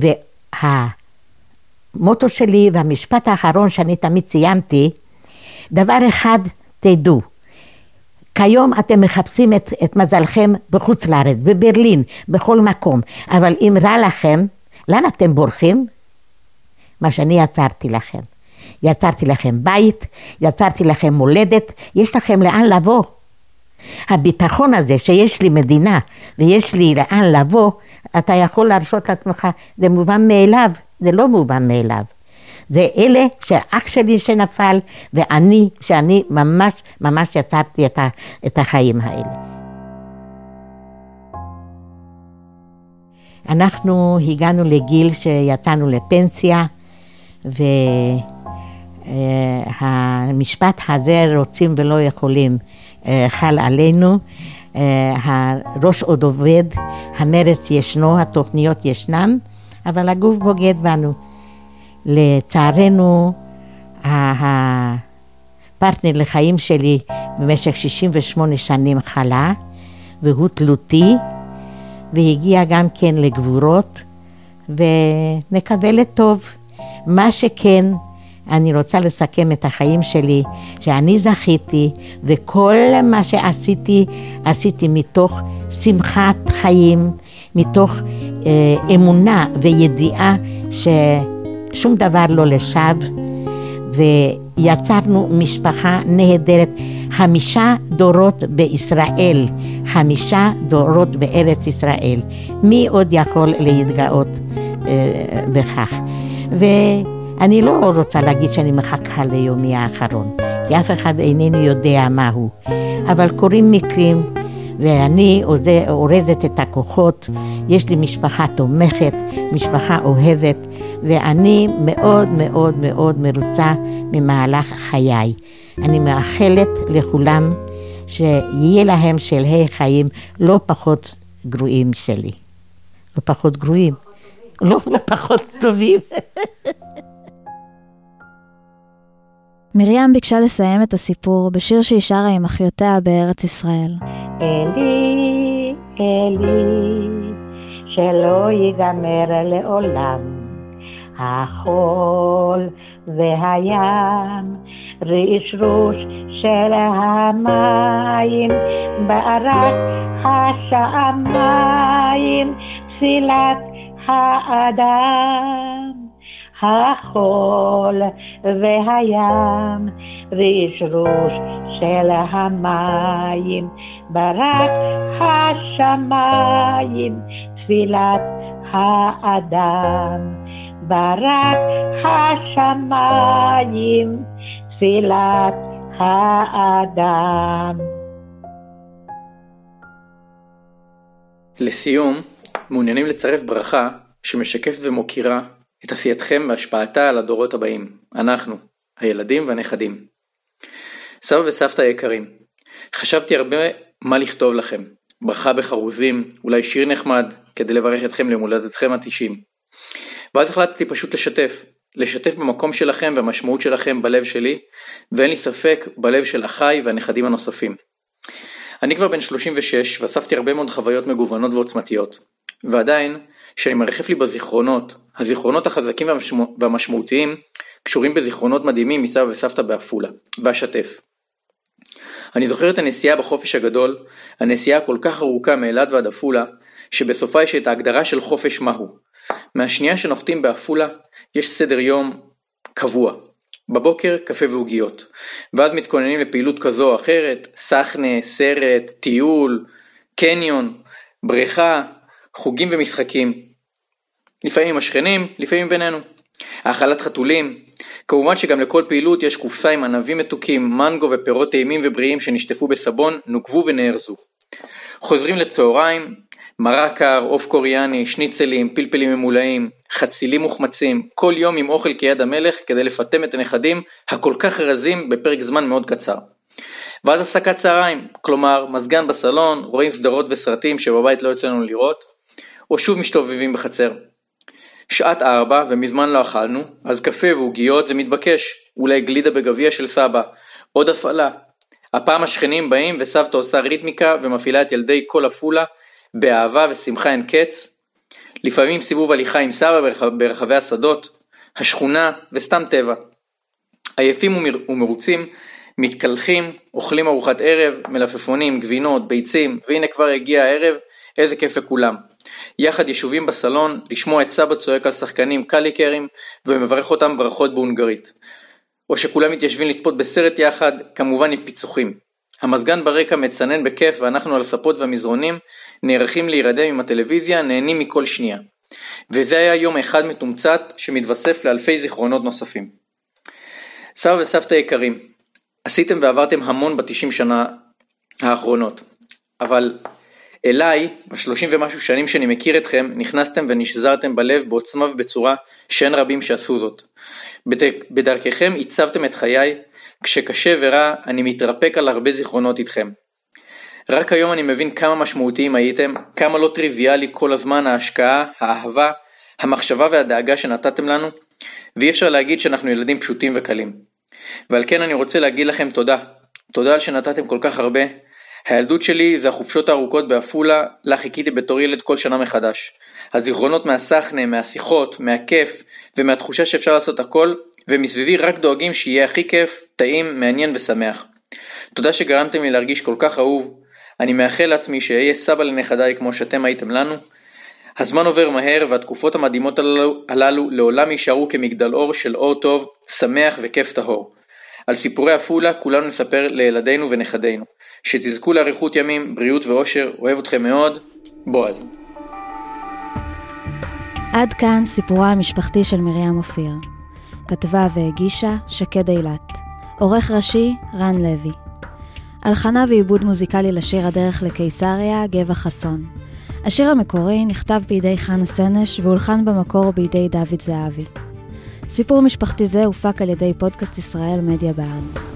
והמוטו שלי והמשפט האחרון שאני תמיד סיימתי, דבר אחד תדעו, כיום אתם מחפשים את, את מזלכם בחוץ לארץ, בברלין, בכל מקום, אבל אם רע לכם, לאן אתם בורחים? מה שאני יצרתי לכם. יצרתי לכם בית, יצרתי לכם מולדת, יש לכם לאן לבוא. הביטחון הזה שיש לי מדינה ויש לי לאן לבוא, אתה יכול להרשות לעצמך, זה מובן מאליו, זה לא מובן מאליו. זה אלה שאח שלי שנפל ואני, שאני ממש ממש יצרתי את, ה, את החיים האלה. אנחנו הגענו לגיל שיצאנו לפנסיה, והמשפט הזה, רוצים ולא יכולים, חל עלינו. הראש עוד עובד, המרץ ישנו, התוכניות ישנם, אבל הגוף בוגד בנו. לצערנו, הפרטנר לחיים שלי במשך שישים ושמונה שנים חלה, והוא תלותי, והגיע גם כן לגבורות, ונקווה לטוב. מה שכן, אני רוצה לסכם את החיים שלי, שאני זכיתי, וכל מה שעשיתי, עשיתי מתוך שמחת חיים, מתוך אה, אמונה וידיעה ששום דבר לא לשווא, ויצרנו משפחה נהדרת, חמישה דורות בישראל, חמישה דורות בארץ ישראל. מי עוד יכול להתגאות אה, בכך? ואני לא רוצה להגיד שאני מחכה ליומי האחרון, כי אף אחד איננו יודע מהו, אבל קורים מקרים, ואני אורזת את הכוחות. יש לי משפחה תומכת, משפחה אוהבת, ואני מאוד מאוד מאוד מרוצה ממהלך חיי. אני מאחלת לכולם שיהיה להם שלהי חיים לא פחות גרועים שלי. לא פחות גרועים, לא, לא פחות טובים. מרים ביקשה לסיים את הסיפור בשיר שהיא שרה עם אחיותיה בארץ ישראל. אלי, אלי, שלא ייגמר לעולם, החול והים, רשרוש של המים, בערת השמיים, תפילת האדם. החול והים, רשרוש של המים, ברק השמיים, תפילת האדם. ברק השמיים, תפילת האדם. לסיום, מעוניינים לצרף ברכה שמשקפת ומוקירה את עשייתכם והשפעתה על הדורות הבאים, אנחנו, הילדים והנכדים. סבא וסבתא יקרים, חשבתי הרבה מה לכתוב לכם, ברכה בחרוזים, אולי שיר נחמד, כדי לברך אתכם למולדתכם התשעים. ואז החלטתי פשוט לשתף, לשתף במקום שלכם והמשמעות שלכם בלב שלי, ואין לי ספק בלב של אחיי והנכדים הנוספים. אני כבר בן שלושים ושש, ואספתי הרבה מאוד חוויות מגוונות ועוצמתיות, ועדיין, שאני מרחף לי בזיכרונות, הזיכרונות החזקים והמשמעותיים קשורים בזיכרונות מדהימים מסבא וסבתא בעפולה, ואשתף. אני זוכר את הנסיעה בחופש הגדול, הנסיעה כל כך ארוכה מאילת ועד עפולה, שבסופה יש את ההגדרה של חופש מהו. מהשנייה שנוחתים בעפולה, יש סדר יום קבוע. בבוקר קפה ועוגיות, ואז מתכוננים לפעילות כזו או אחרת, סחנה, סרט, טיול, קניון, בריכה, חוגים ומשחקים. לפעמים עם השכנים, לפעמים בינינו. האכלת חתולים. כמובן שגם לכל פעילות יש קופסה עם ענבים מתוקים, מנגו ופירות טעימים ובריאים שנשטפו בסבון, נוקבו ונארזו. חוזרים לצהריים, מרק קר, עוף קוריאני, שניצלים, פלפלים ממולאים, חצילים מוחמצים, כל יום עם אוכל כיד המלך כדי לפתם את הנכדים הכל כך רזים בפרק זמן מאוד קצר. ואז הפסקת צהריים, כלומר מזגן בסלון, רואים סדרות וסרטים שבבית לא יוצא לנו לראות, או שוב משתובבים בחצר. שעת ארבע ומזמן לא אכלנו, אז קפה ועוגיות זה מתבקש, אולי גלידה בגביע של סבא, עוד הפעלה. הפעם השכנים באים וסבתא עושה ריתמיקה ומפעילה את ילדי כל עפולה, באהבה ושמחה אין קץ. לפעמים סיבוב הליכה עם סבא ברחב, ברחבי השדות, השכונה וסתם טבע. עייפים ומר, ומרוצים, מתקלחים, אוכלים ארוחת ערב, מלפפונים, גבינות, ביצים, והנה כבר הגיע הערב, איזה כיף לכולם. יחד ישובים בסלון, לשמוע את סבא צועק על שחקנים קליקרים, ומברך אותם ברכות בהונגרית. או שכולם מתיישבים לצפות בסרט יחד, כמובן עם פיצוחים. המזגן ברקע מצנן בכיף, ואנחנו על ספות והמזרונים, נערכים להירדם עם הטלוויזיה, נהנים מכל שנייה. וזה היה יום אחד מתומצת, שמתווסף לאלפי זיכרונות נוספים. סבא וסבתא יקרים, עשיתם ועברתם המון בתשעים שנה האחרונות, אבל אליי, בשלושים ומשהו שנים שאני מכיר אתכם, נכנסתם ונשזרתם בלב בעוצמה ובצורה שאין רבים שעשו זאת. בדרככם הצבתם את חיי, כשקשה ורע אני מתרפק על הרבה זיכרונות איתכם. רק היום אני מבין כמה משמעותיים הייתם, כמה לא טריוויאלי כל הזמן ההשקעה, האהבה, המחשבה והדאגה שנתתם לנו, ואי אפשר להגיד שאנחנו ילדים פשוטים וקלים. ועל כן אני רוצה להגיד לכם תודה, תודה על שנתתם כל כך הרבה. הילדות שלי זה החופשות הארוכות באפולה, לה חיכיתי בתור ילד כל שנה מחדש. הזיכרונות מהסחנה, מהשיחות, מהכיף ומהתחושה שאפשר לעשות הכל, ומסביבי רק דואגים שיהיה הכי כיף, טעים, מעניין ושמח. תודה שגרמתם לי להרגיש כל כך אהוב. אני מאחל לעצמי שאהיה סבא לנכדיי כמו שאתם הייתם לנו. הזמן עובר מהר והתקופות המדהימות הללו, הללו לעולם יישארו כמגדל אור של אור טוב, שמח וכיף טהור. על סיפורי אפולה כולנו נספר לילדינו ונכדינו. שתזכו לאריכות ימים, בריאות ואושר. אוהב אתכם מאוד, בועז. עד כאן סיפורה המשפחתי של מרים אופיר. כתבה והגישה שקד אילת. עורך ראשי רן לוי. הלחנה ועיבוד מוזיקלי לשיר הדרך לקיסריה גבע חסון. השיר המקורי נכתב בידי חנה סנש והולחן במקור בידי דוד זהבי. סיפור משפחתי זה הופק על ידי פודקאסט ישראל מדיה בע"מ.